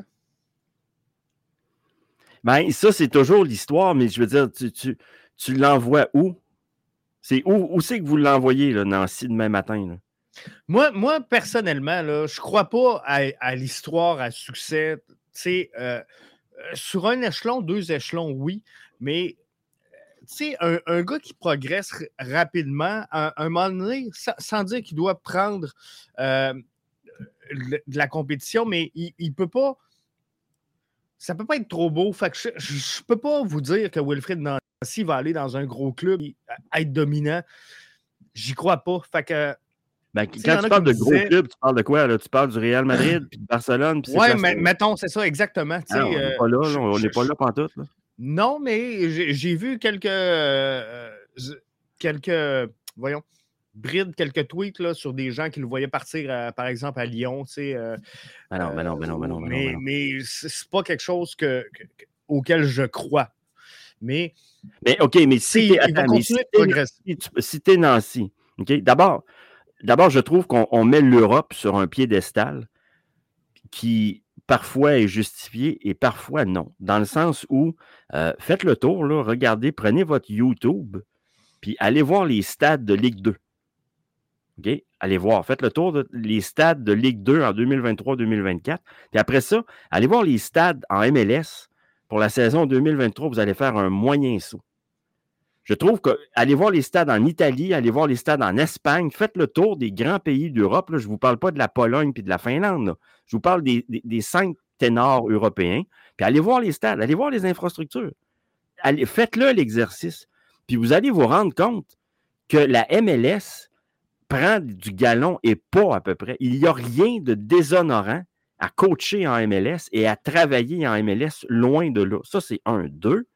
S2: Ben, ça, c'est toujours l'histoire, mais je veux dire, tu l'envoies où? C'est où c'est que vous l'envoyez, là, Nancy, demain matin? Là?
S1: Moi, personnellement, là, je ne crois pas à l'histoire à succès. Sur un échelon, 2 échelons, oui, mais un gars qui progresse rapidement, à un moment donné, sans dire qu'il doit prendre de la compétition, mais il ne peut pas. Ça ne peut pas être trop beau. Fait que je ne peux pas vous dire que Wilfried Nancy va aller dans un gros club et être dominant. J'y crois pas. Fait que.
S2: Ben, quand tu parles de gros clubs, tu parles de quoi? Là? Tu parles du Real Madrid, puis de Barcelone.
S1: Oui, mais mettons, c'est ça, exactement.
S2: Ah, on n'est pas là, on n'est pas là pantoute. Là.
S1: Non, mais j'ai vu quelques voyons, brides, quelques tweets là, sur des gens qui le voyaient partir, par exemple, à Lyon. Mais c'est pas quelque chose auquel je crois. Mais
S2: OK, mais si tu es Nancy, OK, d'abord, je trouve qu'on met l'Europe sur un piédestal qui parfois est justifié et parfois non. Dans le sens où, faites le tour, là, regardez, prenez votre YouTube, puis allez voir les stades de Ligue 2. OK? Allez voir, faites le tour des stades de Ligue 2 en 2023-2024. Puis après ça, allez voir les stades en MLS pour la saison 2023. Vous allez faire un moyen saut. Je trouve que allez voir les stades en Italie, allez voir les stades en Espagne, faites le tour des grands pays d'Europe. Là, je ne vous parle pas de la Pologne puis de la Finlande. Là. Je vous parle des 5 ténors européens. Puis allez voir les stades, allez voir les infrastructures. Faites-le l'exercice. Puis vous allez vous rendre compte que la MLS prend du galon et pas à peu près. Il n'y a rien de déshonorant à coacher en MLS et à travailler en MLS loin de là. Ça, c'est 1. 2.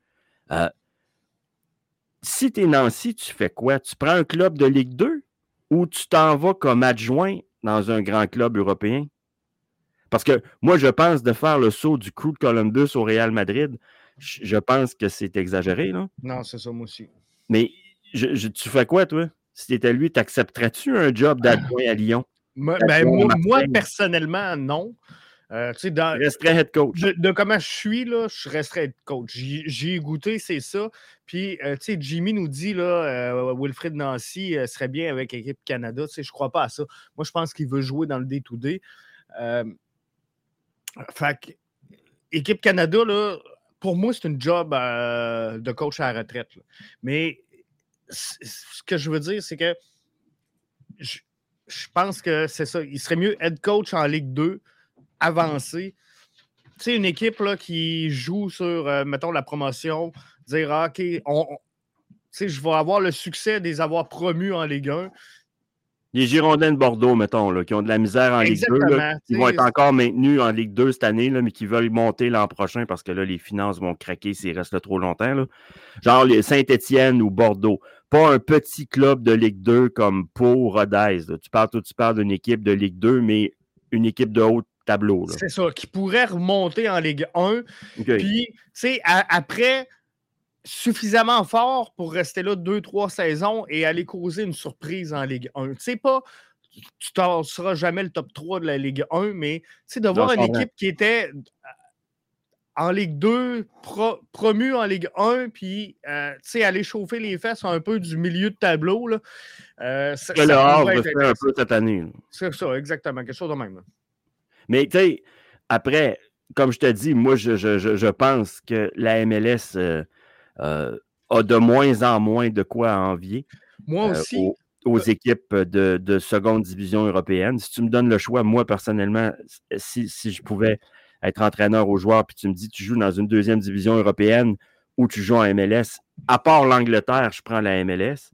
S2: Si tu es Nancy, tu fais quoi? Tu prends un club de Ligue 2 ou tu t'en vas comme adjoint dans un grand club européen? Parce que moi, je pense de faire le saut du Crew de Columbus au Real Madrid, je pense que c'est exagéré. Là.
S1: Non, c'est ça, moi aussi.
S2: Mais tu fais quoi, toi? Si tu étais lui, t'accepterais-tu un job d'adjoint à Lyon?
S1: Moi, personnellement, non.
S2: Je resterais head coach.
S1: De comment je suis, là, je resterais head coach. J'y ai goûté, c'est ça. Puis, Jimmy nous dit, là, Wilfried Nancy serait bien avec l'équipe Canada. Je ne crois pas à ça. Moi, je pense qu'il veut jouer dans le day-to-day. Fait que, équipe Canada, là, pour moi, c'est une job de coach à la retraite. Là. Mais ce que je veux dire, c'est que je pense que c'est ça. Il serait mieux head coach en Ligue 2, avancé, sais, une équipe là, qui joue sur, mettons, la promotion, dire, OK, je vais avoir le succès de les avoir promus en Ligue 1.
S2: Les Girondins de Bordeaux, mettons, là, qui ont de la misère en Ligue 2, là, qui vont être encore maintenus en Ligue 2 cette année, là, mais qui veulent monter l'an prochain parce que là, les finances vont craquer s'ils restent là trop longtemps. Là. Genre Saint-Étienne ou Bordeaux. Pas un petit club de Ligue 2 comme Pau, Rodez. Tu parles d'une équipe de Ligue 2, mais une équipe de haut tableau. Là.
S1: C'est ça, qui pourrait remonter en Ligue 1. Okay. Puis, tu sais, après, suffisamment fort pour rester là 2-3 saisons et aller causer une surprise en Ligue 1. Tu sais pas, tu ne seras jamais le top 3 de la Ligue 1, mais tu sais, de voir une équipe qui était en Ligue 2, promue en Ligue 1, puis tu sais, aller chauffer les fesses un peu du milieu de tableau. Là,
S2: ça le Havre fait un peu cette année. Là.
S1: C'est ça, exactement, quelque chose de même. Là.
S2: Mais tu sais, après, comme je te dis, moi, je pense que la MLS a de moins en moins de quoi envier.
S1: Moi aussi.
S2: Aux équipes de seconde division européenne. Si tu me donnes le choix, moi, personnellement, si je pouvais être entraîneur aux joueurs, puis tu me dis tu joues dans une deuxième division européenne ou tu joues en MLS, à part l'Angleterre, je prends la MLS.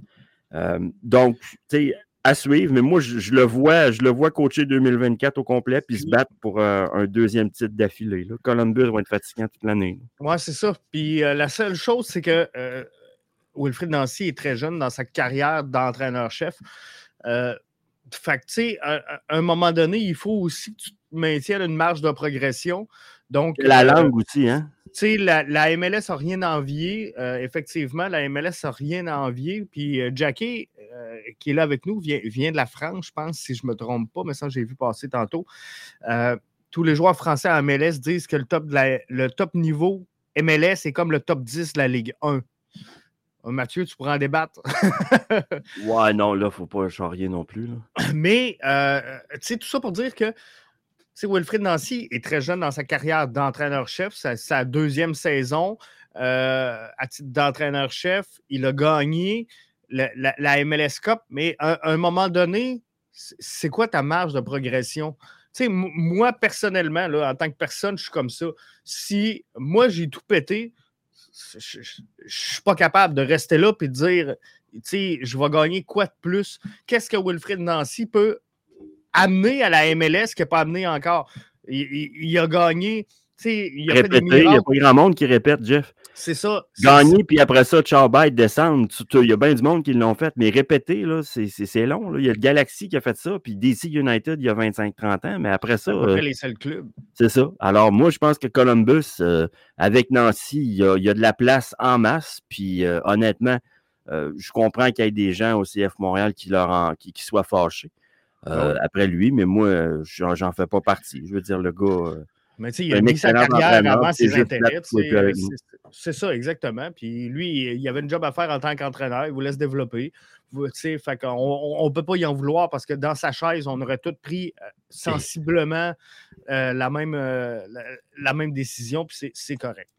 S2: Donc, tu sais, à suivre, mais moi, je le vois coacher 2024 au complet, puis se battre pour un deuxième titre d'affilée. Là. Columbus va être fatigant toute l'année.
S1: Oui, c'est ça. Puis la seule chose, c'est que Wilfried Nancy est très jeune dans sa carrière d'entraîneur-chef. Fait que, tu sais, à un moment donné, il faut aussi que tu maintiennes une marge de progression. Donc,
S2: la langue aussi, hein?
S1: Tu sais, la MLS n'a rien à envier. Effectivement, la MLS n'a rien à envier. Puis Jackie, qui est là avec nous, vient de la France, je pense, si je ne me trompe pas, mais ça, j'ai vu passer tantôt. Tous les joueurs français en MLS disent que le top niveau MLS est comme le top 10 de la Ligue 1. Mathieu, tu pourras en débattre.
S2: Ouais, non, là, il ne faut pas charrier non plus. Là.
S1: Mais, tu sais, tout ça pour dire que Wilfried Nancy est très jeune dans sa carrière d'entraîneur-chef, sa deuxième saison à titre d'entraîneur-chef. Il a gagné la MLS Cup, mais à un moment donné, c'est quoi ta marge de progression? Tu sais, moi, personnellement, là, en tant que personne, je suis comme ça. Si moi, j'ai tout pété, je ne suis pas capable de rester là et de dire, tu sais, je vais gagner quoi de plus? Qu'est-ce que Wilfried Nancy peut amener à la MLS qu'il n'a pas amené encore? Il a gagné, il a
S2: répété,
S1: fait des miracles.
S2: Il n'y a pas grand monde qui répète, Jeff.
S1: C'est ça.
S2: Gagner, puis après ça, ciao, bye, descendre. Il y a bien du monde qui l'ont fait, mais répéter, là, c'est long. Là. Il y a le Galaxy qui a fait ça, puis DC United, il y a 25-30 ans, mais après ça...
S1: C'est à peu près les seuls clubs.
S2: C'est ça. Alors, moi, je pense que Columbus, avec Nancy, il y a de la place en masse, puis honnêtement, je comprends qu'il y ait des gens au CF Montréal qui soient fâchés après lui, mais moi, j'en fais pas partie. Je veux dire, le gars...
S1: mais tu sais, il a mis sa carrière avant ses intérêts. C'est ça, exactement. Puis lui, il avait une job à faire en tant qu'entraîneur. Il voulait se développer. Fait qu'on ne peut pas y en vouloir parce que dans sa chaise, on aurait tous pris sensiblement la même décision. Puis c'est correct.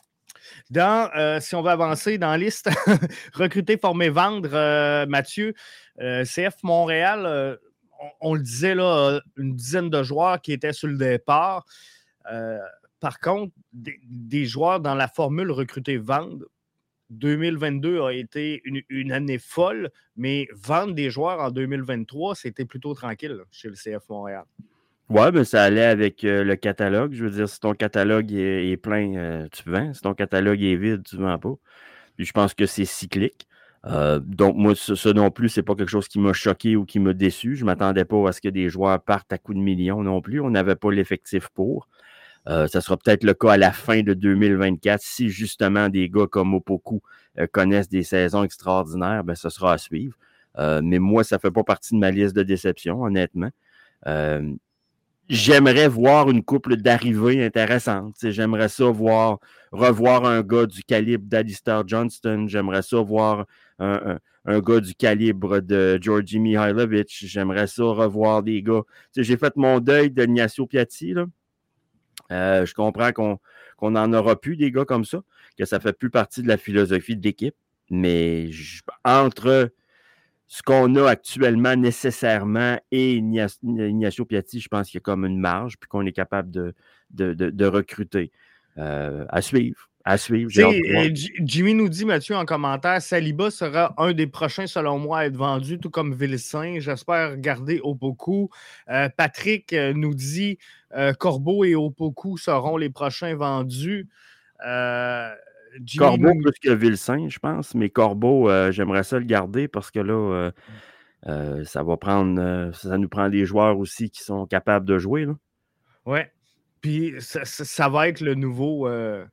S1: Si on veut avancer dans la liste, recruter, former, vendre, Mathieu, CF Montréal, on le disait, là, une dizaine de joueurs qui étaient sur le départ. Par contre, des joueurs dans la formule recruter-vendre, 2022 a été une année folle, mais vendre des joueurs en 2023, c'était plutôt tranquille là, chez le CF Montréal.
S2: Oui, mais ça allait avec le catalogue. Je veux dire, si ton catalogue est plein, tu vends. Si ton catalogue est vide, tu ne vends pas. Puis je pense que c'est cyclique. Donc, moi, ça non plus, c'est pas quelque chose qui m'a choqué ou qui m'a déçu. Je ne m'attendais pas à ce que des joueurs partent à coups de millions non plus. On n'avait pas l'effectif pour. Ça sera peut-être le cas à la fin de 2024 si justement des gars comme Opoku connaissent des saisons extraordinaires, ben, ce sera à suivre. Mais moi, ça ne fait pas partie de ma liste de déception, honnêtement. J'aimerais voir une couple d'arrivées intéressantes. J'aimerais ça revoir un gars du calibre d'Alistair Johnston. J'aimerais ça voir un gars du calibre de Georgi Mihailovic. J'aimerais ça revoir des gars. J'ai fait mon deuil de Ignacio Piatti. Là. Je comprends qu'on n'en aura plus des gars comme ça, que ça ne fait plus partie de la philosophie de l'équipe. Mais entre ce qu'on a actuellement nécessairement et Ignacio Piatti, je pense qu'il y a comme une marge, puis qu'on est capable de recruter. À suivre.
S1: Jimmy nous dit, Mathieu, en commentaire, Saliba sera un des prochains, selon moi, à être vendu, tout comme Vilsain. J'espère garder Opoku. Patrick nous dit Corbeau et Opoku seront les prochains vendus.
S2: Corbeau plus que Vilsain, je pense, mais Corbeau, j'aimerais ça le garder parce que là, ça nous prend des joueurs aussi qui sont capables de jouer.
S1: Oui. Puis ça va être le nouveau.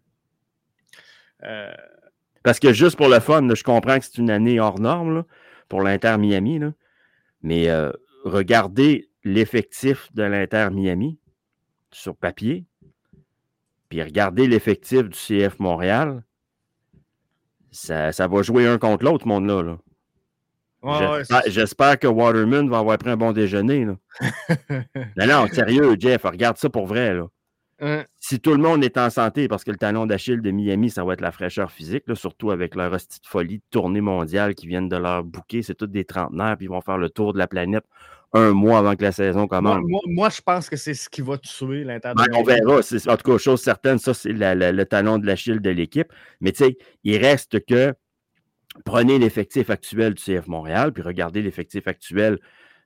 S2: Parce que juste pour le fun, là, je comprends que c'est une année hors norme là, pour l'Inter Miami, là, mais regardez l'effectif de l'Inter Miami sur papier, puis regardez l'effectif du CF Montréal, ça va jouer un contre l'autre, monde-là. Là. J'espère que Waterman va avoir pris un bon déjeuner. Là. non, sérieux, Jeff, regarde ça pour vrai. Là. Si tout le monde est en santé, parce que le talon d'Achille de Miami, ça va être la fraîcheur physique, là, surtout avec leur hostie de folie de tournée mondiale qui viennent de leur bouquet. C'est tous des trentenaires, puis ils vont faire le tour de la planète un mois avant que la saison commence.
S1: Moi je pense que c'est ce qui va tuer l'Inter.
S2: On verra. En tout cas, chose certaine, ça, c'est le talon de l'Achille de l'équipe. Mais tu sais, il reste que prenez l'effectif actuel du CF Montréal, puis regardez l'effectif actuel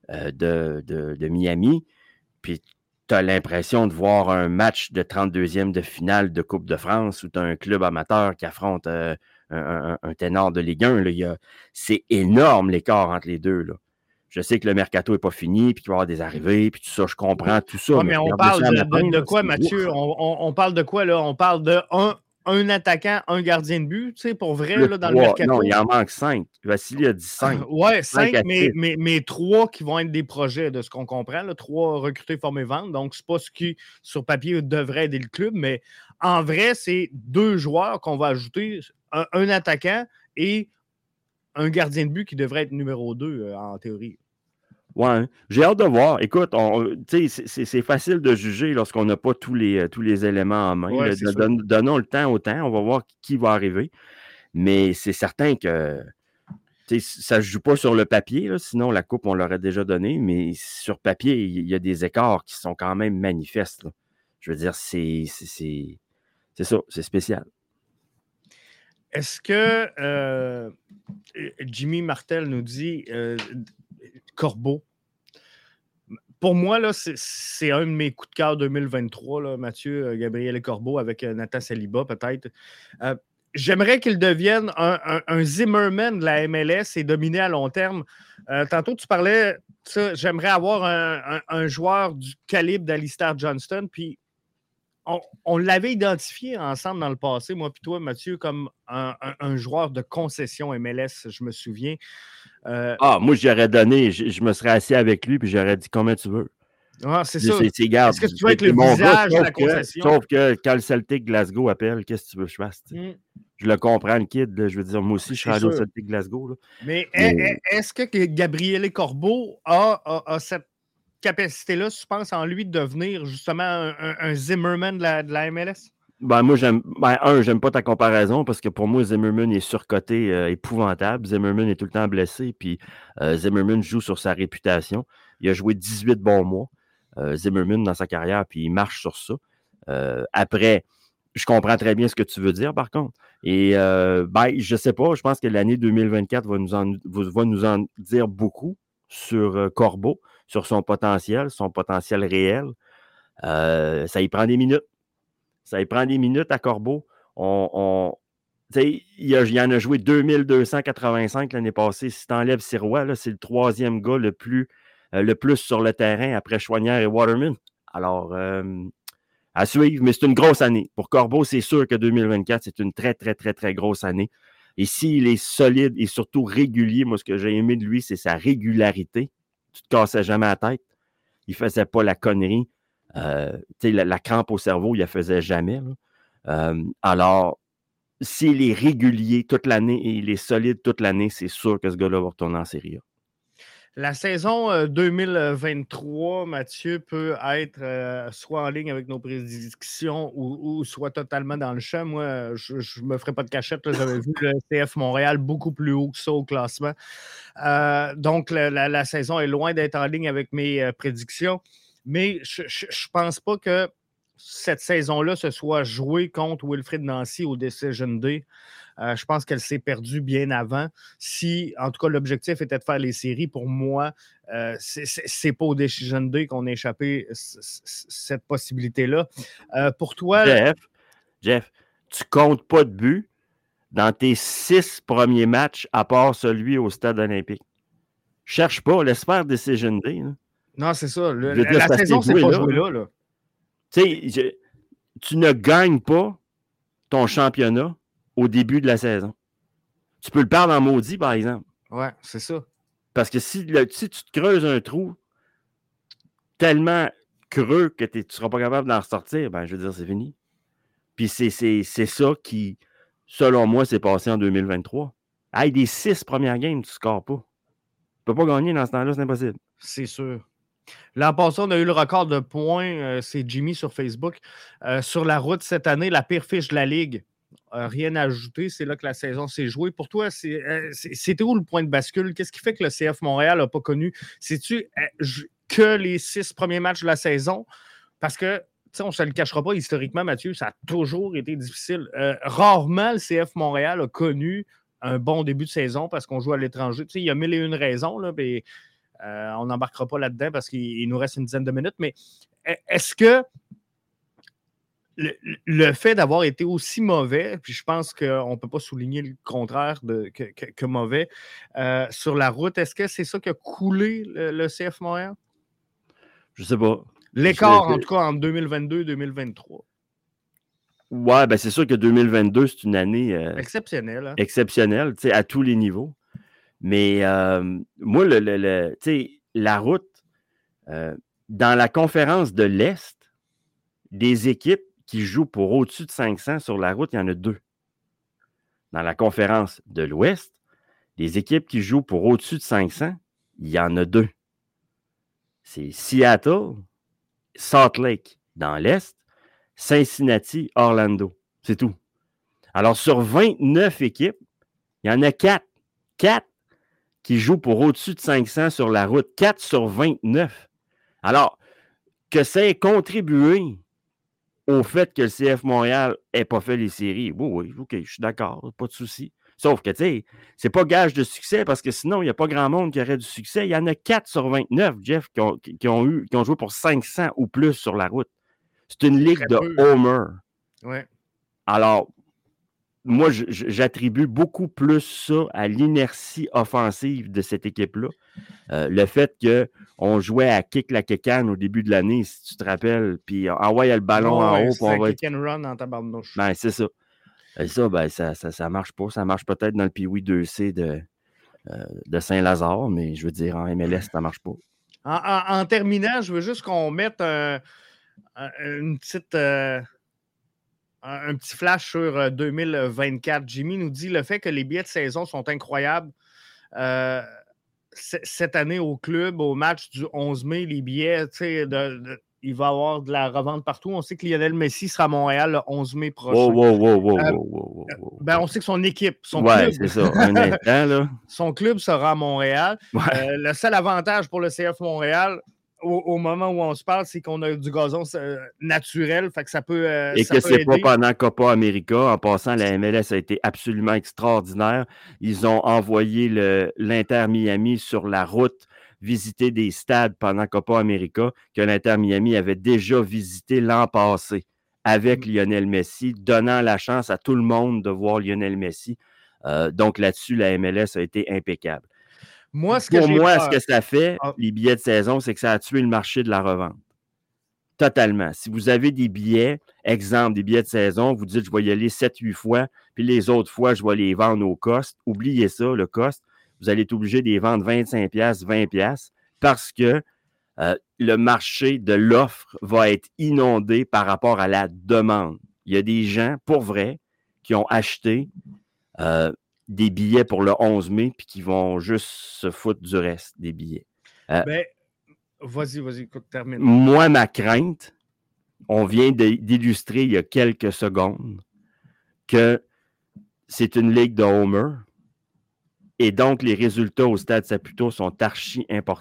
S2: de Miami, puis tu as l'impression de voir un match de 32e de finale de Coupe de France où tu as un club amateur qui affronte un ténor de Ligue 1. C'est énorme l'écart entre les deux. Là. Je sais que le mercato n'est pas fini, puis qu'il va y avoir des arrivées, puis tout ça, je comprends tout ça.
S1: Mais on parle de quoi, Mathieu? On parle de quoi, là? On parle de un attaquant, un gardien de but, tu sais, pour vrai, là, dans le mercato.
S2: Non, il en manque 5. Vassili a dit 5.
S1: Oui, 5, mais 3 qui vont être des projets, de ce qu'on comprend. Là, 3 recrutés, formés, ventes. Donc, c'est pas ce qui, sur papier, devrait aider le club. Mais en vrai, c'est 2 joueurs qu'on va ajouter, un attaquant et un gardien de but qui devrait être numéro 2, en théorie.
S2: Ouais, j'ai hâte de voir. Écoute, c'est facile de juger lorsqu'on n'a pas tous les éléments en main.
S1: Ouais,
S2: donnons le temps au temps. On va voir qui va arriver. Mais c'est certain que ça ne se joue pas sur le papier. Là, sinon, la coupe, on l'aurait déjà donnée. Mais sur papier, il y a des écarts qui sont quand même manifestes. Là. Je veux dire, c'est ça. C'est spécial.
S1: Est-ce que Jimmy Martel nous dit Corbeau? Pour moi, là, c'est un de mes coups de cœur 2023, là, Mathieu, Gabriel Corbeau avec Nathan Saliba, peut-être. J'aimerais qu'il devienne un Zimmerman de la MLS et dominer à long terme. Tantôt, tu parlais, ça, j'aimerais avoir un joueur du calibre d'Alistair Johnston, puis on l'avait identifié ensemble dans le passé, moi puis toi, Mathieu, comme un joueur de concession MLS, je me souviens.
S2: Moi, j'aurais donné, je me serais assis avec lui, puis j'aurais dit combien tu veux.
S1: Ah, c'est ça.
S2: Est-ce
S1: que tu veux être le visage de la concession?
S2: Sauf que quand le Celtic Glasgow appelle, qu'est-ce que tu veux que je fasse? Je le comprends, le kid. Là, je veux dire, moi aussi, je suis allé au Celtic Glasgow. Là.
S1: Mais est-ce que Gabriel Corbeau a cette capacité-là, tu penses, en lui de devenir justement un Zimmerman de la MLS?
S2: Moi, j'aime pas ta comparaison parce que pour moi, Zimmerman est surcoté épouvantable. Zimmerman est tout le temps blessé, puis Zimmerman joue sur sa réputation. Il a joué 18 bons mois, Zimmerman, dans sa carrière, puis il marche sur ça. Après, je comprends très bien ce que tu veux dire, par contre. Et je sais pas, je pense que l'année 2024 va nous en dire beaucoup sur Corbeau, sur son potentiel réel. Ça y prend des minutes. Ça y prend des minutes à Corbeau. Il en a joué 2285 l'année passée. Si tu enlèves Sirois, là, c'est le 3e gars le plus sur le terrain après Choinière et Waterman. Alors, à suivre, mais c'est une grosse année. Pour Corbeau, c'est sûr que 2024, c'est une très, très, très, très grosse année. Et s'il est solide et surtout régulier, moi, ce que j'ai aimé de lui, c'est sa régularité. Tu te cassais jamais la tête. Il ne faisait pas la connerie. La crampe au cerveau, il ne la faisait jamais. Alors, s'il est régulier toute l'année et il est solide toute l'année, c'est sûr que ce gars-là va retourner en Série A.
S1: La saison 2023, Mathieu, peut être soit en ligne avec nos prédictions ou soit totalement dans le champ. Moi, je ne me ferai pas de cachette. Là, j'avais vu le CF Montréal beaucoup plus haut que ça au classement. Donc, la saison est loin d'être en ligne avec mes prédictions. Mais je ne pense pas que cette saison-là se soit jouée contre Wilfried Nancy au Decision Day. Je pense qu'elle s'est perdue bien avant. Si, en tout cas, l'objectif était de faire les séries, pour moi, c'est pas au Decision Day qu'on a échappé cette possibilité-là. Pour toi...
S2: Jeff, tu comptes pas de but dans tes 6 premiers matchs, à part celui au Stade olympique. Cherche pas, laisse faire Decision Day. Là.
S1: Non, c'est ça. La saison, c'est pas joué là.
S2: Tu sais, tu ne gagnes pas ton championnat au début de la saison. Tu peux le perdre en maudit, par exemple.
S1: Ouais, c'est ça.
S2: Parce que si tu te creuses un trou tellement creux que tu ne seras pas capable d'en ressortir, ben, je veux dire, c'est fini. Puis c'est ça qui, selon moi, s'est passé en 2023. Hey, des 6 premières games, tu ne scores pas. Tu ne peux pas gagner dans ce temps-là, c'est impossible.
S1: C'est sûr. L'an passé, on a eu le record de points, c'est Jimmy sur Facebook. Sur la route cette année, la pire fiche de la Ligue. Rien à ajouter, c'est là que la saison s'est jouée. Pour toi, c'était où le point de bascule? Qu'est-ce qui fait que le CF Montréal n'a pas connu? C'est-tu que les 6 premiers matchs de la saison? Parce que, on ne se le cachera pas, historiquement, Mathieu, ça a toujours été difficile. Rarement, le CF Montréal a connu un bon début de saison parce qu'on joue à l'étranger. Il y a 1001 raisons, là, mais on n'embarquera pas là-dedans parce qu'il nous reste une dizaine de minutes. Mais est-ce que le fait d'avoir été aussi mauvais, puis je pense qu'on ne peut pas souligner le contraire que mauvais, sur la route, est-ce que c'est ça qui a coulé le CF Montréal?
S2: Je sais pas.
S1: L'écart, en tout cas, entre 2022 et 2023.
S2: Ouais, ben c'est sûr que 2022, c'est une année
S1: exceptionnelle. Hein?
S2: Exceptionnelle, tu sais, à tous les niveaux. Mais moi, la route, dans la conférence de l'Est, des équipes qui jouent pour au-dessus de 500 sur la route, il y en a 2. Dans la conférence de l'Ouest, des équipes qui jouent pour au-dessus de 500, il y en a 2. C'est Seattle, Salt Lake dans l'Est, Cincinnati, Orlando. C'est tout. Alors, sur 29 équipes, il y en a 4 qui jouent pour au-dessus de 500 sur la route. 4 sur 29. Alors, que ça ait contribué au fait que le CF Montréal n'ait pas fait les séries, oui, OK, je suis d'accord, pas de souci. Sauf que, tu sais, c'est pas gage de succès parce que sinon, il n'y a pas grand monde qui aurait du succès. Il y en a 4 sur 29, Jeff, qui ont joué pour 500 ou plus sur la route. C'est une ligue de homer.
S1: Ouais.
S2: Alors, moi, j'attribue beaucoup plus ça à l'inertie offensive de cette équipe-là. Le fait qu'on jouait à kick la kékane au début de l'année, si tu te rappelles, puis envoyait le ballon en haut.
S1: C'est un kick and run en tabarnouche.
S2: Ben, c'est ça. Et ça marche pas. Ça marche peut-être dans le Pee-Wee 2C de Saint-Lazare, mais je veux dire, en MLS, ça marche pas.
S1: En terminant, je veux juste qu'on mette une petite... un petit flash sur 2024. Jimmy nous dit le fait que les billets de saison sont incroyables. Cette année au club, au match du 11 mai, les billets, il va y avoir de la revente partout. On sait que Lionel Messi sera à Montréal le 11 mai prochain. On sait que son équipe, son club,
S2: c'est ça. Un instant, là.
S1: Son club sera à Montréal.
S2: Ouais.
S1: Le seul avantage pour le CF Montréal, au moment où on se parle, c'est qu'on a du gazon naturel, fait que ça peut
S2: et
S1: ça
S2: que
S1: peut
S2: c'est
S1: aider.
S2: pas pendant Copa América. En passant, la MLS a été absolument extraordinaire. Ils ont envoyé l'Inter Miami sur la route visiter des stades pendant Copa América que l'Inter Miami avait déjà visité l'an passé avec Lionel Messi, donnant la chance à tout le monde de voir Lionel Messi. Donc là-dessus, la MLS a été impeccable. Ce que ça fait, les billets de saison, c'est que ça a tué le marché de la revente. Totalement. Si vous avez des billets, exemple, des billets de saison, vous dites, je vais y aller 7-8 fois, puis les autres fois, je vais les vendre au cost. Oubliez ça, le cost. Vous allez être obligé de les vendre 25$, 20$, parce que le marché de l'offre va être inondé par rapport à la demande. Il y a des gens, pour vrai, qui ont acheté des billets pour le 11 mai, puis qui vont juste se foutre du reste des billets.
S1: Vas-y, écoute, termine.
S2: Moi, ma crainte, on vient d'illustrer il y a quelques secondes que c'est une ligue de homer et donc les résultats au Stade Saputo sont archi importants.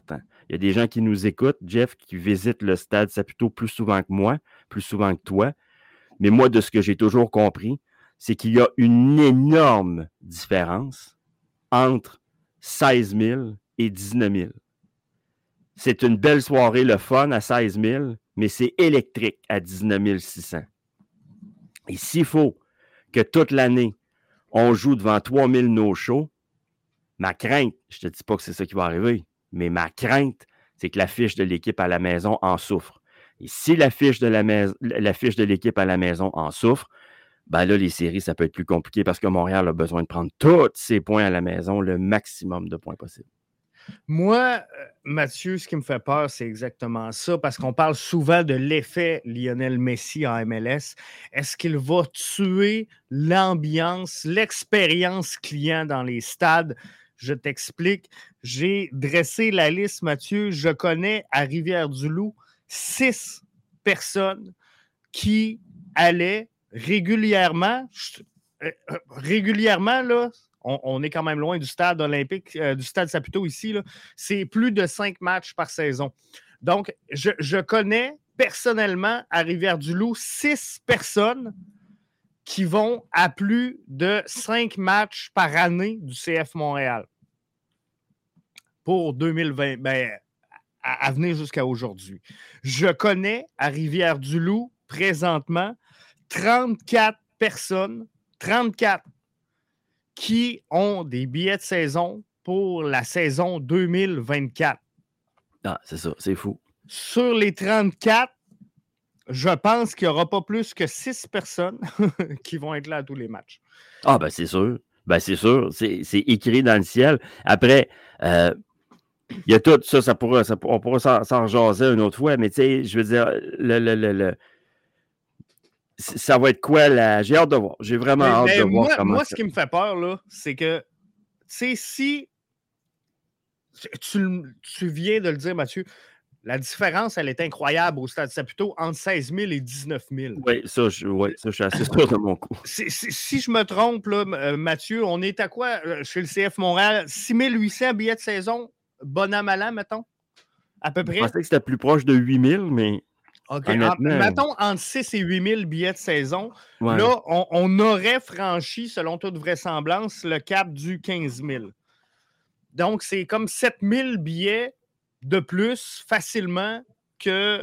S2: Il y a des gens qui nous écoutent, Jeff, qui visitent le Stade Saputo plus souvent que moi, plus souvent que toi. Mais moi, de ce que j'ai toujours compris, c'est qu'il y a une énorme différence entre 16 000 et 19 000. C'est une belle soirée, le fun à 16 000, mais c'est électrique à 19 600. Et s'il faut que toute l'année, on joue devant 3 000 no-show, ma crainte, je ne te dis pas que c'est ça qui va arriver, mais ma crainte, c'est que la fiche de l'équipe à la maison en souffre. Et si la fiche de l'équipe à la maison en souffre, ben là, les séries, ça peut être plus compliqué parce que Montréal a besoin de prendre tous ses points à la maison, le maximum de points possible.
S1: Moi, Mathieu, ce qui me fait peur, c'est exactement ça, parce qu'on parle souvent de l'effet Lionel Messi en MLS. Est-ce qu'il va tuer l'ambiance, l'expérience client dans les stades? Je t'explique. J'ai dressé la liste, Mathieu. Je connais à Rivière-du-Loup 6 personnes qui allaient régulièrement, là, on est quand même loin du stade olympique, du stade Saputo ici, là. C'est plus de 5 matchs par saison. Donc, je connais personnellement à Rivière-du-Loup 6 personnes qui vont à plus de 5 matchs par année du CF Montréal pour 2020, à venir jusqu'à aujourd'hui. Je connais à Rivière-du-Loup présentement 34 personnes, 34 qui ont des billets de saison pour la saison 2024.
S2: Ah, c'est ça, c'est fou.
S1: Sur les 34, je pense qu'il n'y aura pas plus que 6 personnes qui vont être là à tous les matchs.
S2: Ah, ben c'est sûr. Ben c'est sûr. C'est écrit dans le ciel. Après, il y a tout ça, on pourra s'en jaser une autre fois, mais tu sais, je veux dire, ça va être quoi là? J'ai hâte de voir. J'ai vraiment hâte de voir comment.
S1: Moi, ce qui me fait peur, là, c'est que, tu sais, si tu viens de le dire, Mathieu, la différence, elle est incroyable au Stade Saputo entre 16 000 et 19 000.
S2: Oui, ça, je suis assez sûr de mon coup.
S1: Si je me trompe, là, Mathieu, on est à quoi chez le CF Montréal? 6 800 billets de saison, bon an, mal an, mettons, à peu près?
S2: Je pensais que c'était plus proche de 8 000, mais
S1: OK. Mettons entre 6 et 8 000 billets de saison.
S2: Ouais.
S1: Là, on aurait franchi, selon toute vraisemblance, le cap du 15 000. Donc, c'est comme 7 000 billets de plus facilement que...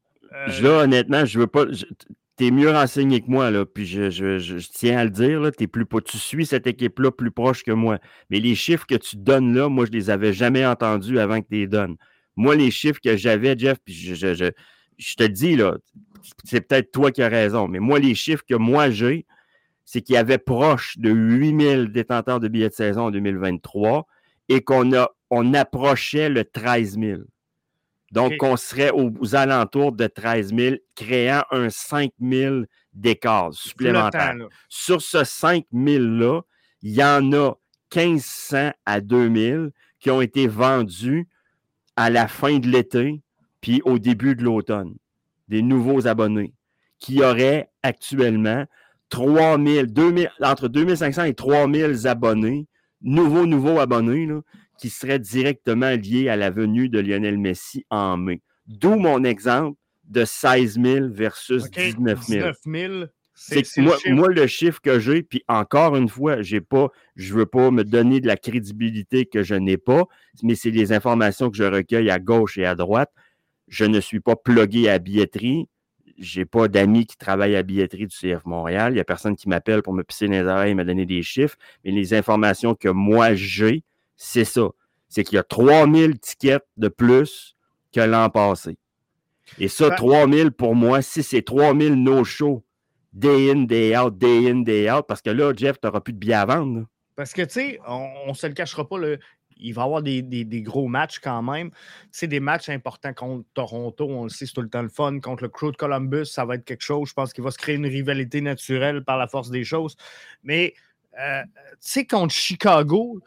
S2: Là, honnêtement, je veux pas... T'es mieux renseigné que moi, là, puis je tiens à le dire, là, tu suis cette équipe-là plus proche que moi. Mais les chiffres que tu donnes là, moi, je les avais jamais entendus avant que tu les donnes. Moi, les chiffres que j'avais, Jeff, puis je te dis, là, c'est peut-être toi qui as raison, mais moi, les chiffres que moi j'ai, c'est qu'il y avait proche de 8 000 détenteurs de billets de saison en 2023 et on approchait le 13 000. Donc, on serait aux alentours de 13 000, créant un 5 000 d'écart supplémentaire. Sur ce 5 000-là, il y en a 1 500 à 2 000 qui ont été vendus à la fin de l'été puis au début de l'automne. Des nouveaux abonnés qui auraient actuellement 3 000, entre 2 500 et 3 000 abonnés, nouveaux abonnés, là, qui seraient directement liés à la venue de Lionel Messi en mai. D'où mon exemple de 16 000 versus 19 000.
S1: 19
S2: 000. Moi, le chiffre que j'ai, puis encore une fois, je ne veux pas me donner de la crédibilité que je n'ai pas, mais c'est les informations que je recueille à gauche et à droite. Je ne suis pas plugué à billetterie. Je n'ai pas d'amis qui travaillent à billetterie du CF Montréal. Il n'y a personne qui m'appelle pour me pisser dans les oreilles et me donner des chiffres. Mais les informations que moi j'ai, c'est ça. C'est qu'il y a 3000 tickets de plus que l'an passé. Et ça, 3000 pour moi, si c'est 3000 no-show, day in, day out, parce que là, Jeff, tu n'auras plus de billets à vendre. Là.
S1: Parce que, tu sais, on ne se le cachera pas, il va y avoir des gros matchs quand même. C'est des matchs importants contre Toronto, on le sait, c'est tout le temps le fun. Contre le Crew de Columbus, ça va être quelque chose. Je pense qu'il va se créer une rivalité naturelle par la force des choses. Mais, tu sais, contre Chicago,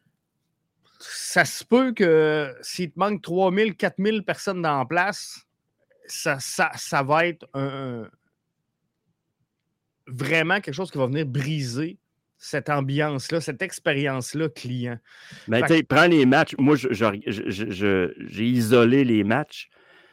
S1: ça se peut que s'il te manque 3000, 4000 personnes dans la place, ça va être vraiment quelque chose qui va venir briser cette ambiance-là, cette expérience-là client.
S2: Mais tu sais, prends les matchs. Moi, j'ai isolé les matchs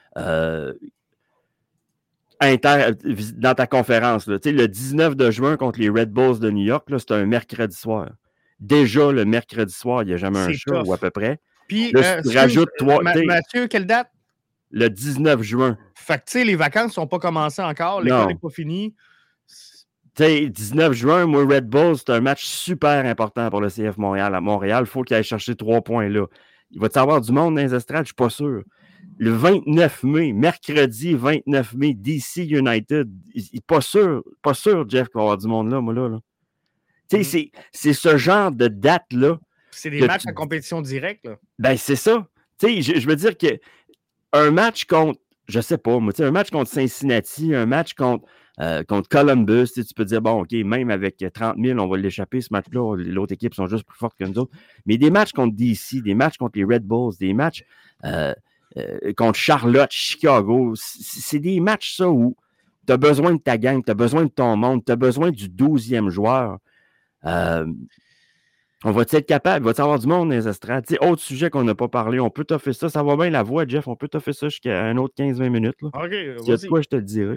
S2: dans ta conférence. Là. Le 19 de juin contre les Red Bulls de New York, c'est un mercredi soir. Déjà, le mercredi soir, il n'y a jamais un show, ou à peu près.
S1: Puis,
S2: là, rajoute
S1: Mathieu, quelle date?
S2: Le 19 juin.
S1: Fait que, tu sais, les vacances ne sont pas commencées encore. L'école n'est pas finie.
S2: Tu sais, 19 juin, moi, Red Bulls, c'est un match super important pour le CF Montréal. À Montréal, il faut qu'il aille chercher 3 points là. Il va y avoir du monde dans les estrades, je ne suis pas sûr. Le 29 mai, mercredi 29 mai, DC United, pas sûr, Jeff, qu'il va y avoir du monde là, moi, là. Tu sais, c'est ce genre de date-là.
S1: C'est des matchs à compétition directe, là.
S2: Ben, c'est ça. Tu sais, je veux dire que un match contre, je sais pas, moi, un match contre Cincinnati, un match contre Columbus, tu peux dire, bon, OK, même avec 30 000, on va l'échapper, ce match-là. L'autre équipe sont juste plus fortes que nous autres. Mais des matchs contre DC, des matchs contre les Red Bulls, des matchs contre Charlotte, Chicago, c'est des matchs, ça, où tu as besoin de ta gang, tu as besoin de ton monde, tu as besoin du 12e joueur. On va-tu être capable? Va-tu avoir du monde dans les estrades? Autre sujet qu'on n'a pas parlé, on peut t'offrir ça. Ça va bien la voix, Jeff. On peut t'offrir ça jusqu'à un autre 15-20 minutes. Là.
S1: OK,
S2: s'il y a de quoi, je te le dirai.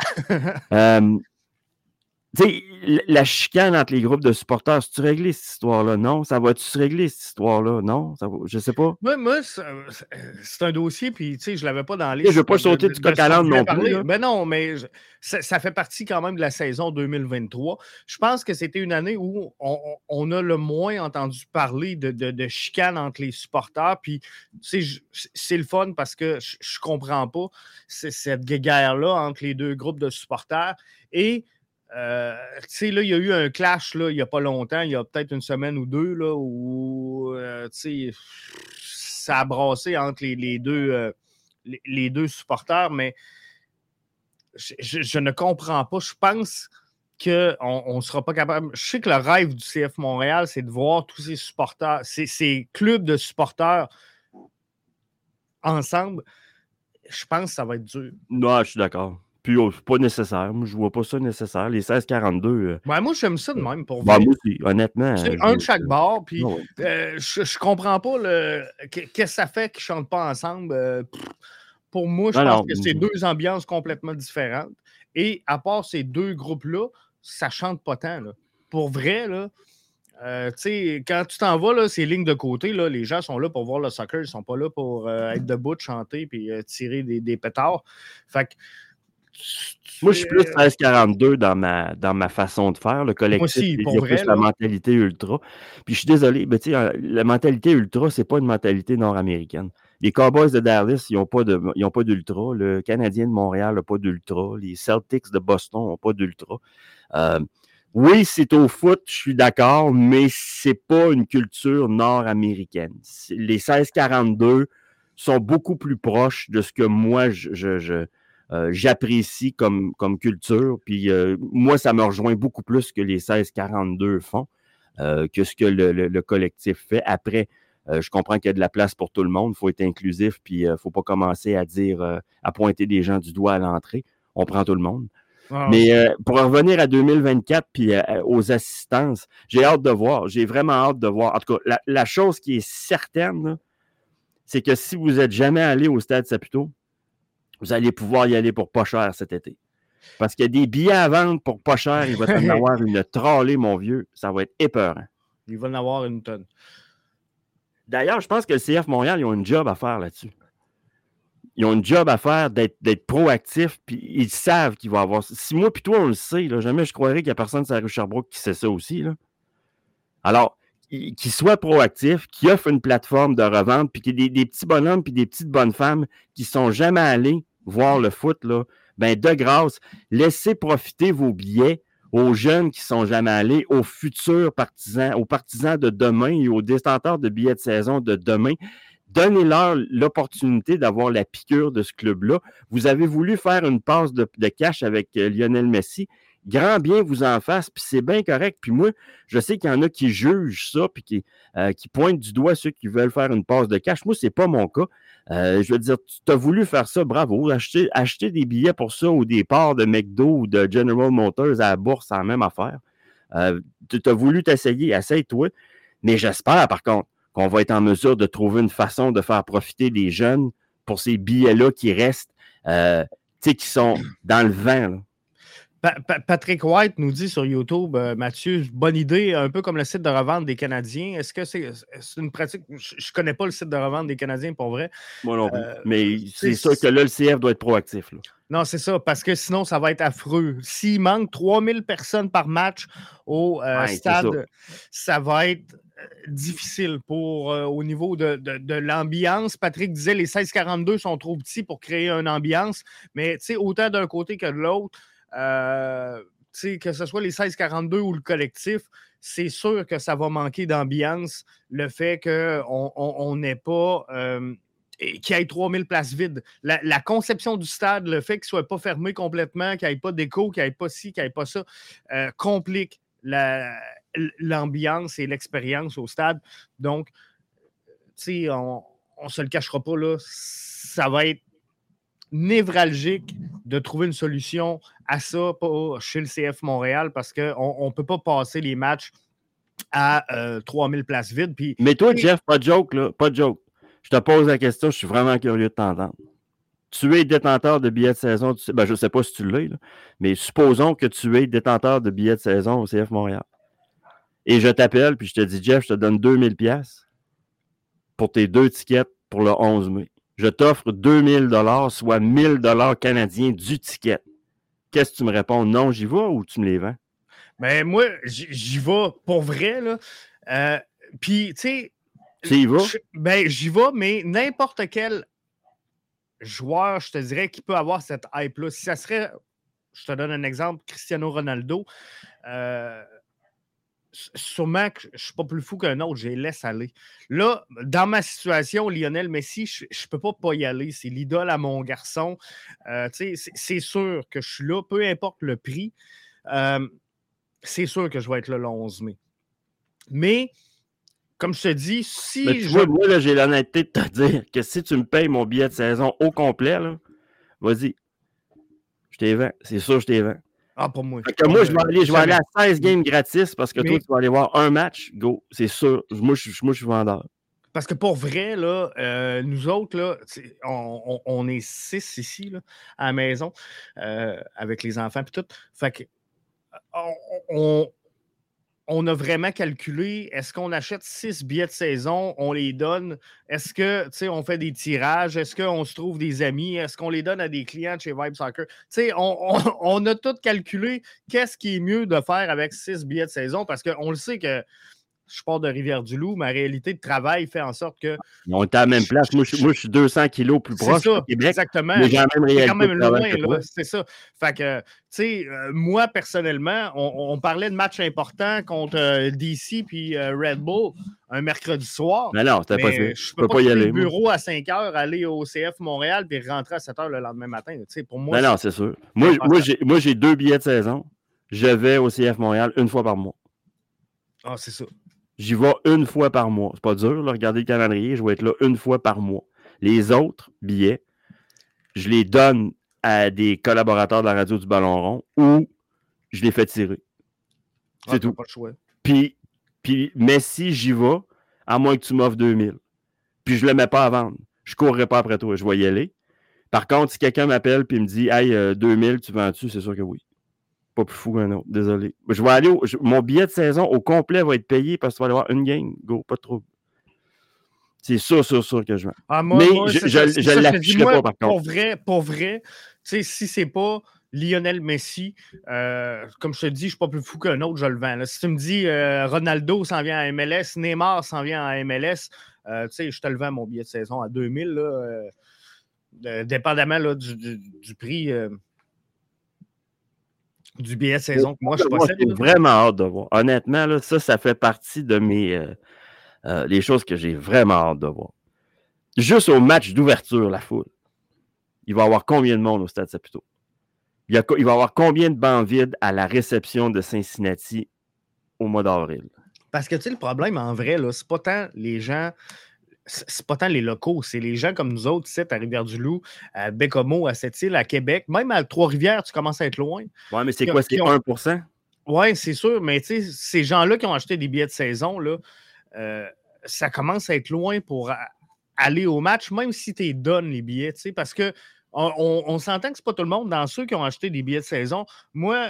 S2: La chicane entre les groupes de supporters, c'est-tu réglé cette histoire-là? Non. Ça va-tu se régler cette histoire-là? Non. Je sais pas.
S1: Moi c'est un dossier, puis je ne l'avais pas dans la liste.
S2: Je ne veux pas sauter du coq à l'âne non plus.
S1: Ben non, mais ça fait partie quand même de la saison 2023. Je pense que c'était une année où on a le moins entendu parler de chicane entre les supporters. Puis, c'est le fun parce que je ne comprends pas cette guéguerre-là entre les deux groupes de supporters. Et là, il y a eu un clash là, il n'y a pas longtemps, il y a peut-être une semaine ou deux, là, où ça a brassé entre les deux supporters, mais je ne comprends pas. Je pense qu'on ne sera pas capable. Je sais que le rêve du CF Montréal, c'est de voir tous ces supporters, ces clubs de supporters ensemble. Je pense que ça va être dur.
S2: Non, je suis d'accord. Puis, c'est pas nécessaire. Moi, je vois pas ça nécessaire. Les 16-42.
S1: Moi, j'aime ça de même pour
S2: moi aussi, honnêtement.
S1: Un de chaque bord. Puis, je comprends pas qu'est-ce que ça fait qu'ils ne chantent pas ensemble. Pour moi, je pense que c'est deux ambiances complètement différentes. Et à part ces deux groupes-là, ça ne chante pas tant. Là. Pour vrai, là, quand tu t'en vas, là, ces lignes de côté, là, les gens sont là pour voir le soccer. Ils ne sont pas là pour être debout, chanter et tirer des pétards. Fait que,
S2: moi, je suis plus 16-42 dans ma façon de faire. Le collectif,
S1: aussi,
S2: il y a plus la mentalité ultra. Puis je suis désolé, mais la mentalité ultra, c'est pas une mentalité nord-américaine. Les Cowboys de Dallas, ils n'ont pas d'ultra. Le Canadien de Montréal n'a pas d'ultra. Les Celtics de Boston n'ont pas d'ultra. Oui, c'est au foot, je suis d'accord, mais c'est pas une culture nord-américaine. Les 16-42 sont beaucoup plus proches de ce que moi, j'apprécie comme culture. Puis moi, ça me rejoint beaucoup plus que les 16-42 font, que ce que le collectif fait. Après, je comprends qu'il y a de la place pour tout le monde. Il faut être inclusif, puis il ne faut pas commencer à dire, à pointer des gens du doigt à l'entrée. On prend tout le monde. Ah. Mais pour revenir à 2024 puis aux assistances, j'ai hâte de voir. J'ai vraiment hâte de voir. En tout cas, la chose qui est certaine, là, c'est que si vous n'êtes jamais allé au Stade Saputo, vous allez pouvoir y aller pour pas cher cet été. Parce qu'il y a des billets à vendre pour pas cher. Il va en avoir une trollée, mon vieux. Ça va être épeurant.
S1: Il va en avoir une tonne.
S2: D'ailleurs, je pense que le CF Montréal, ils ont une job à faire là-dessus. Ils ont une job à faire d'être proactifs, puis ils savent qu'il va y avoir... Si moi puis toi, on le sait, là, jamais je croirais qu'il n'y a personne sur la rue Sherbrooke qui sait ça aussi. Là. Alors, qu'ils soient proactifs, qu'ils offrent une plateforme de revente, puis qu'il y ait des petits bonhommes puis des petites bonnes femmes qui ne sont jamais allés voir le foot, là, ben de grâce, laissez profiter vos billets aux jeunes qui ne sont jamais allés, aux futurs partisans, aux partisans de demain et aux détenteurs de billets de saison de demain. Donnez-leur l'opportunité d'avoir la piqûre de ce club-là. Vous avez voulu faire une passe de cash avec Lionel Messi. Grand bien vous en fasse, puis c'est bien correct. Puis moi, je sais qu'il y en a qui jugent ça, puis qui pointent du doigt ceux qui veulent faire une passe de cash. Moi, c'est pas mon cas. Je veux dire, tu as voulu faire ça, bravo. Acheter des billets pour ça ou des parts de McDo ou de General Motors à la bourse, c'est la même affaire. Tu as voulu t'essayer, essaye-toi. Mais j'espère, par contre, qu'on va être en mesure de trouver une façon de faire profiter les jeunes pour ces billets-là qui restent, qui sont dans le vent. Là.
S1: Patrick White nous dit sur YouTube, Mathieu, bonne idée, un peu comme le site de revente des Canadiens. Est-ce que c'est une pratique? Je ne connais pas le site de revente des Canadiens pour vrai.
S2: Moi non plus. Mais c'est sûr que là, le CF doit être proactif. Là.
S1: Non, c'est ça, parce que sinon, ça va être affreux. S'il manque 3000 personnes par match au stade, ça va être difficile au niveau de l'ambiance. Patrick disait les 16-42 sont trop petits pour créer une ambiance, mais autant d'un côté que de l'autre, que ce soit les 16-42 ou le collectif, c'est sûr que ça va manquer d'ambiance, le fait qu'on n'ait pas... qu'il y ait 3000 places vides. La conception du stade, le fait qu'il ne soit pas fermé complètement, qu'il n'y ait pas d'écho, qu'il n'y ait pas ci, qu'il n'y ait pas ça, complique l'ambiance et l'expérience au stade. Donc, on ne se le cachera pas, là, ça va être névralgique de trouver une solution à ça chez le CF Montréal parce qu'on ne peut pas passer les matchs à 3000 places vides. Puis,
S2: mais toi, Jeff, pas de joke, là, pas de joke. Je te pose la question, je suis vraiment curieux de t'entendre. Tu es détenteur de billets de saison, je ne sais pas si tu l'es, mais supposons que tu es détenteur de billets de saison au CF Montréal. Et je t'appelle, puis je te dis, Jeff, je te donne 2000$ pour tes 2 tickets pour le 11 mai. Je t'offre 2000$, soit 1000$ canadiens du ticket. Qu'est-ce que tu me réponds? Non, j'y vais ou tu me les vends?
S1: Ben moi, j'y vais pour vrai, là. Puis, tu sais...
S2: Tu y vas?
S1: J'y vais, mais n'importe quel joueur, je te dirais, qui peut avoir cette hype-là. Si ça serait, je te donne un exemple, Cristiano Ronaldo, sûrement que je ne suis pas plus fou qu'un autre, je les laisse aller. Là, dans ma situation, Lionel Messi, je ne peux pas y aller. C'est l'idole à mon garçon. C'est sûr que je suis là, peu importe le prix. C'est sûr que je vais être là le 11 mai. Mais, comme je te dis, si
S2: mais tu vois, moi, là, j'ai l'honnêteté de te dire que si tu me payes mon billet de saison au complet, là, vas-y, je t'ai vends. C'est sûr que je t'ai vends.
S1: Ah, pour moi.
S2: Fait que moi, je vais aller à 16 games gratis parce que toi, tu vas aller voir un match. Go, c'est sûr. Moi, je suis vendeur.
S1: Parce que pour vrai, là, nous autres, là, on est 6 ici, là, à la maison, avec les enfants et tout. Fait que on a vraiment calculé, est-ce qu'on achète 6 billets de saison, on les donne, est-ce que, tu sais, on fait des tirages, est-ce qu'on se trouve des amis, est-ce qu'on les donne à des clients de chez Vibe Soccer? Tu sais, on a tout calculé, qu'est-ce qui est mieux de faire avec 6 billets de saison, parce qu'on le sait que je pars de Rivière-du-Loup, ma réalité de travail fait en sorte que...
S2: On est à la même place. Moi, je suis 200 kilos plus proche
S1: au
S2: Québec.
S1: Exactement.
S2: Mais j'ai la même réalité
S1: quand même
S2: de travail
S1: loin, là, c'est ça. Fait que, tu sais, moi, personnellement, on parlait de matchs importants contre DC puis Red Bull un mercredi soir.
S2: Mais non, c'était pas ça.
S1: Je peux pas y aller. Au bureau à 5 h, aller au CF Montréal puis rentrer à 7 h le lendemain matin. Tu sais, pour moi,
S2: non, c'est sûr. Moi, j'ai 2 billets de saison. Je vais au CF Montréal une fois par mois.
S1: Ah, c'est ça.
S2: J'y vais une fois par mois. C'est pas dur, là, regardez le calendrier, je vais être là une fois par mois. Les autres billets, je les donne à des collaborateurs de la radio du Ballon Rond ou je les fais tirer. C'est tout.
S1: Pas le choix.
S2: Puis, mais si j'y vais, à moins que tu m'offres 2000, puis je ne le mets pas à vendre, je ne courrai pas après toi, je vais y aller. Par contre, si quelqu'un m'appelle et me dit « Hey, 2000, tu vends-tu? » C'est sûr que oui. Pas plus fou qu'un autre, désolé. Je vais aller mon billet de saison au complet va être payé parce que tu vas aller voir une game. Go, pas trop. C'est sûr que je vends. Mais je ne l'afficherai pas, par contre.
S1: Pour vrai, si c'est pas Lionel Messi, comme je te dis, je ne suis pas plus fou qu'un autre, je le vends. Là. Si tu me dis Ronaldo s'en vient à MLS, Neymar s'en vient à MLS, je te le vends mon billet de saison à 2000, là, dépendamment là, du prix... du billet de saison que moi je possède.
S2: J'ai vraiment hâte de voir. Honnêtement, là, ça fait partie de mes les choses que j'ai vraiment hâte de voir. Juste au match d'ouverture, la foule. Il va y avoir combien de monde au Stade Saputo? Il va y avoir combien de bancs vides à la réception de Cincinnati au mois d'avril?
S1: Parce que tu sais, le problème en vrai, là, c'est pas tant les gens. C'est pas tant les locaux, c'est les gens comme nous autres, ici, à Rivière-du-Loup, à Bécomo, à Sept-Îles, à Québec, même à Trois-Rivières, tu commences à être loin.
S2: Oui, mais c'est quoi? C'est 1%?
S1: Oui, c'est sûr, mais tu sais, ces gens-là qui ont acheté des billets de saison, là, ça commence à être loin pour aller au match, même si tu donnes les billets, tu sais, parce que on s'entend que c'est pas tout le monde. Dans ceux qui ont acheté des billets de saison, moi,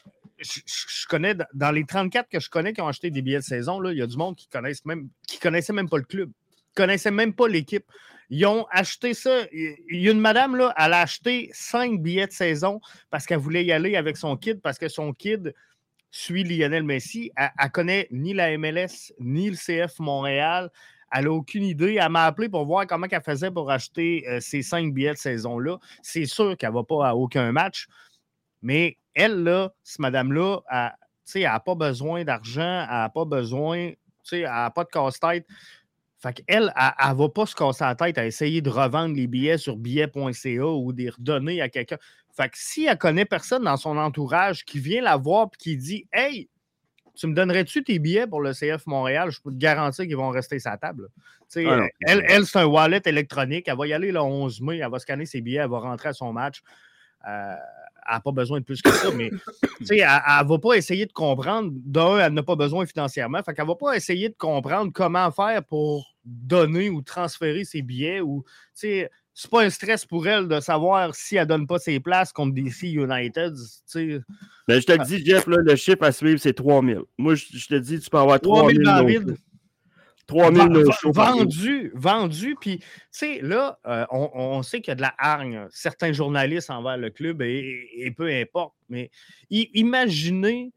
S1: je connais, dans les 34 que je connais qui ont acheté des billets de saison, là, il y a du monde qui connaissait même pas le club, qui connaissait même pas l'équipe. Ils ont acheté ça. Il y a une madame, là, elle a acheté 5 billets de saison parce qu'elle voulait y aller avec son kid, parce que son kid suit Lionel Messi. Elle connaît ni la MLS, ni le CF Montréal. Elle n'a aucune idée. Elle m'a appelé pour voir comment elle faisait pour acheter ces 5 billets de saison-là. C'est sûr qu'elle ne va pas à aucun match. Mais elle, là, cette madame-là, elle n'a pas besoin d'argent, elle n'a pas besoin, elle n'a pas de casse-tête. Fait qu'elle, elle ne va pas se casser la tête à essayer de revendre les billets sur billets.ca ou de les redonner à quelqu'un. Fait que si elle connaît personne dans son entourage qui vient la voir et qui dit « Hey, tu me donnerais-tu tes billets pour le CF Montréal? Je peux te garantir qu'ils vont rester sur la table. » Elle, c'est un wallet électronique. Elle va y aller le 11 mai. Elle va scanner ses billets. Elle va rentrer à son match. Elle n'a pas besoin de plus que ça, mais elle ne va pas essayer de comprendre. D'un, elle n'a pas besoin financièrement. Fait qu'elle ne va pas essayer de comprendre comment faire pour donner ou transférer ses billets. C'est pas un stress pour elle de savoir si elle ne donne pas ses places contre DC United.
S2: Ben, je te le dis, Jeff, là, le chiffre à suivre, c'est 3 000. Moi, je te dis, tu peux avoir 3 000 dans vide. 3 000
S1: vendus. Puis, tu sais, là, on sait qu'il y a de la hargne, certains journalistes envers le club et peu importe. Mais imaginez,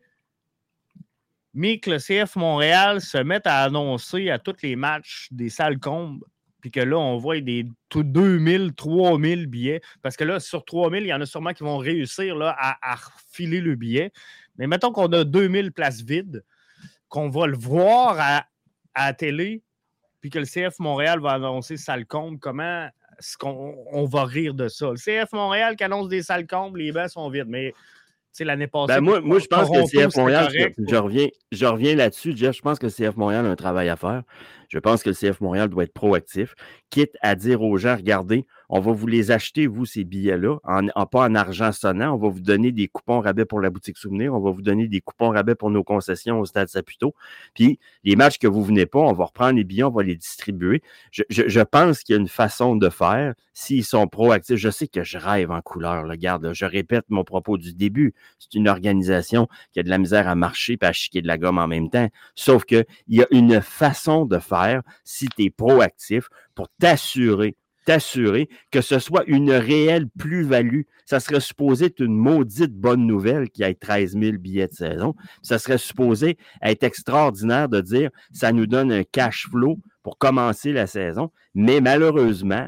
S1: que le CF Montréal se mette à annoncer à tous les matchs des salles combles, puis que là, on voit des 2 000, 3 000 billets. Parce que là, sur 3 000, il y en a sûrement qui vont réussir là, à refiler le billet. Mais mettons qu'on a 2 000 places vides, qu'on va le voir à la télé, puis que le CF Montréal va annoncer salle comble, comment est-ce qu'on va rire de ça? Le CF Montréal qui annonce des salles combles, les bancs sont vides, mais l'année passée...
S2: Ben moi, je pense que le CF Montréal, je reviens là-dessus, Jeff, je pense que le CF Montréal a un travail à faire. Je pense que le CF Montréal doit être proactif, quitte à dire aux gens, regardez, on va vous les acheter, vous, ces billets-là, pas en argent sonnant, on va vous donner des coupons rabais pour la boutique souvenir, on va vous donner des coupons rabais pour nos concessions au Stade Saputo, puis les matchs que vous venez pas, on va reprendre les billets, on va les distribuer. Je pense qu'il y a une façon de faire, s'ils sont proactifs. Je sais que je rêve en couleur, regarde, je répète mon propos du début, c'est une organisation qui a de la misère à marcher et à chiquer de la gomme en même temps, sauf qu'il y a une façon de faire si tu es proactif pour t'assurer que ce soit une réelle plus-value. Ça serait supposé être une maudite bonne nouvelle qu'il y ait 13 000 billets de saison. Ça serait supposé être extraordinaire de dire ça nous donne un cash flow pour commencer la saison. Mais malheureusement,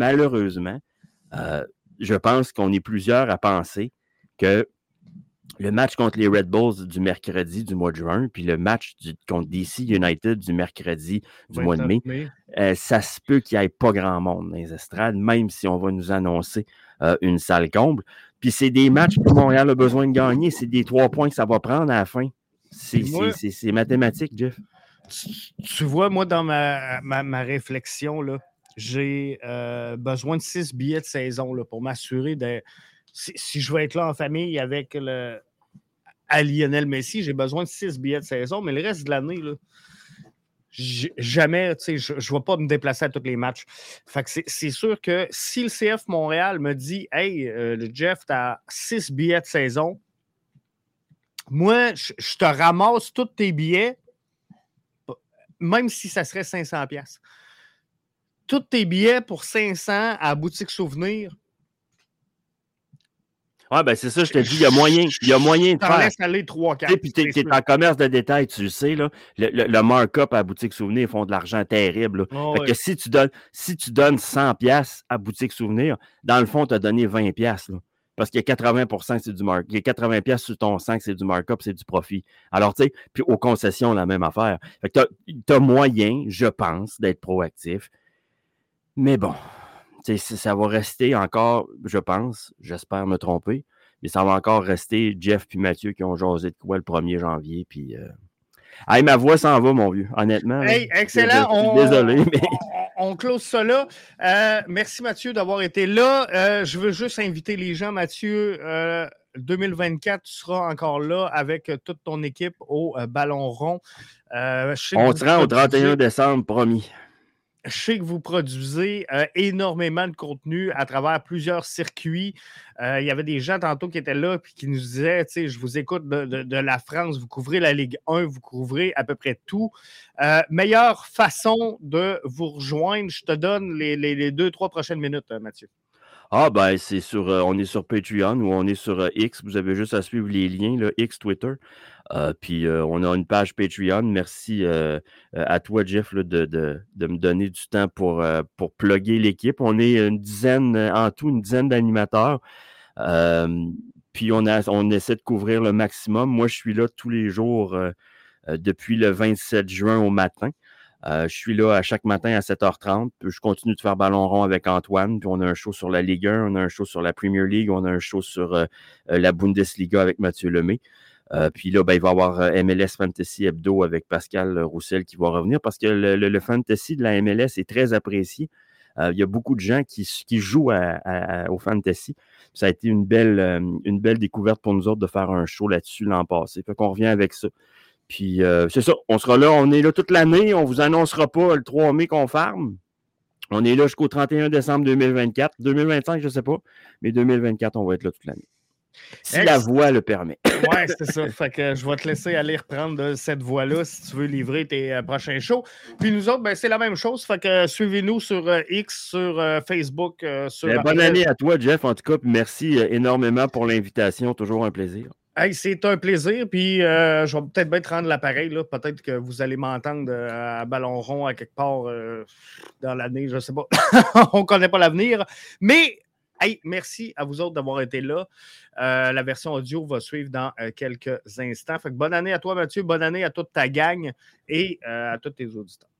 S2: je pense qu'on est plusieurs à penser que le match contre les Red Bulls du mercredi du mois de juin, puis le match contre DC United du mercredi du mois de mai, ça se peut qu'il n'y ait pas grand monde dans les estrades, même si on va nous annoncer une salle comble. Puis c'est des matchs que Montréal a besoin de gagner. C'est des 3 points que ça va prendre à la fin. C'est mathématique, Jeff.
S1: Tu vois, moi, dans ma réflexion, là, j'ai besoin de 6 billets de saison là, pour m'assurer de... Si je veux être là en famille avec à Lionel Messi, j'ai besoin de 6 billets de saison, mais le reste de l'année, là, jamais, je ne vais pas me déplacer à tous les matchs. Fait que c'est sûr que si le CF Montréal me dit « Hey, Jeff, tu as 6 billets de saison, moi, je te ramasse tous tes billets, même si ça serait 500$. Tous tes billets pour 500$ à la boutique souvenir. »
S2: Oui, ben c'est ça, je te dis, il y a moyen de faire.
S1: Laisse aller 3-4.
S2: Puis tu es en commerce de détail, tu le sais, là, le markup à la boutique souvenir, ils font de l'argent terrible.
S1: Oh,
S2: fait que si tu donnes 100$ à boutique souvenir, dans le fond, tu as donné 20$. Là, parce qu'il y a 80%, c'est du markup. Il y a 80$ sur ton 100, c'est du markup, c'est du profit. Alors, tu sais, puis aux concessions, la même affaire. Fait que tu as moyen, je pense, d'être proactif. Mais bon, ça va rester encore, je pense, j'espère me tromper, mais ça va encore rester Jeff puis Mathieu qui ont jasé de quoi le 1er janvier. Puis, hey, ma voix s'en va, mon vieux, honnêtement.
S1: Hey, excellent.
S2: Je suis désolé, mais...
S1: On close ça là. Merci, Mathieu, d'avoir été là. Je veux juste inviter les gens, Mathieu. 2024, tu seras encore là avec toute ton équipe au Ballon Rond.
S2: On se rend au 31 décembre, promis.
S1: Je sais que vous produisez énormément de contenu à travers plusieurs circuits. Il y avait des gens tantôt qui étaient là et qui nous disaient, je vous écoute de la France, vous couvrez la Ligue 1, vous couvrez à peu près tout. Meilleure façon de vous rejoindre, je te donne les 2-3 prochaines minutes, Mathieu.
S2: Ah, ben, on est sur Patreon ou on est sur X. Vous avez juste à suivre les liens, là, X, Twitter. Puis on a une page Patreon. Merci à toi, Jeff, là, de me donner du temps pour plugger l'équipe. On est une dizaine d'animateurs. Puis on essaie de couvrir le maximum. Moi, je suis là tous les jours depuis le 27 juin au matin. Je suis là à chaque matin à 7h30. Puis je continue de faire ballon rond avec Antoine. Puis on a un show sur la Ligue 1, on a un show sur la Premier League, on a un show sur la Bundesliga avec Mathieu Lemay. Puis là, il va y avoir MLS Fantasy Hebdo avec Pascal Roussel qui va revenir parce que le fantasy de la MLS est très apprécié. Il y a beaucoup de gens qui jouent au fantasy. Ça a été une belle découverte pour nous autres de faire un show là-dessus l'an passé. Fait qu'on revient avec ça. Puis c'est ça, on sera là, on est là toute l'année. On vous annoncera pas le 3 mai qu'on ferme. On est là jusqu'au 31 décembre 2024. 2025, je ne sais pas. Mais 2024, on va être là toute l'année. Si la voix le permet.
S1: Oui, c'est ça. Fait que je vais te laisser aller reprendre cette voix-là si tu veux livrer tes prochains shows. Puis nous autres, c'est la même chose. Fait que suivez-nous sur X, sur Facebook.
S2: Bonne année à toi, Jeff. En tout cas, merci énormément pour l'invitation. Toujours un plaisir.
S1: Hey, c'est un plaisir. Puis je vais peut-être bien te rendre l'appareil. Peut-être que vous allez m'entendre à ballon rond à quelque part dans l'année. Je ne sais pas. On ne connaît pas l'avenir. Mais hey, merci à vous autres d'avoir été là. La version audio va suivre dans quelques instants. Fait que bonne année à toi, Mathieu. Bonne année à toute ta gang et à tous tes auditeurs.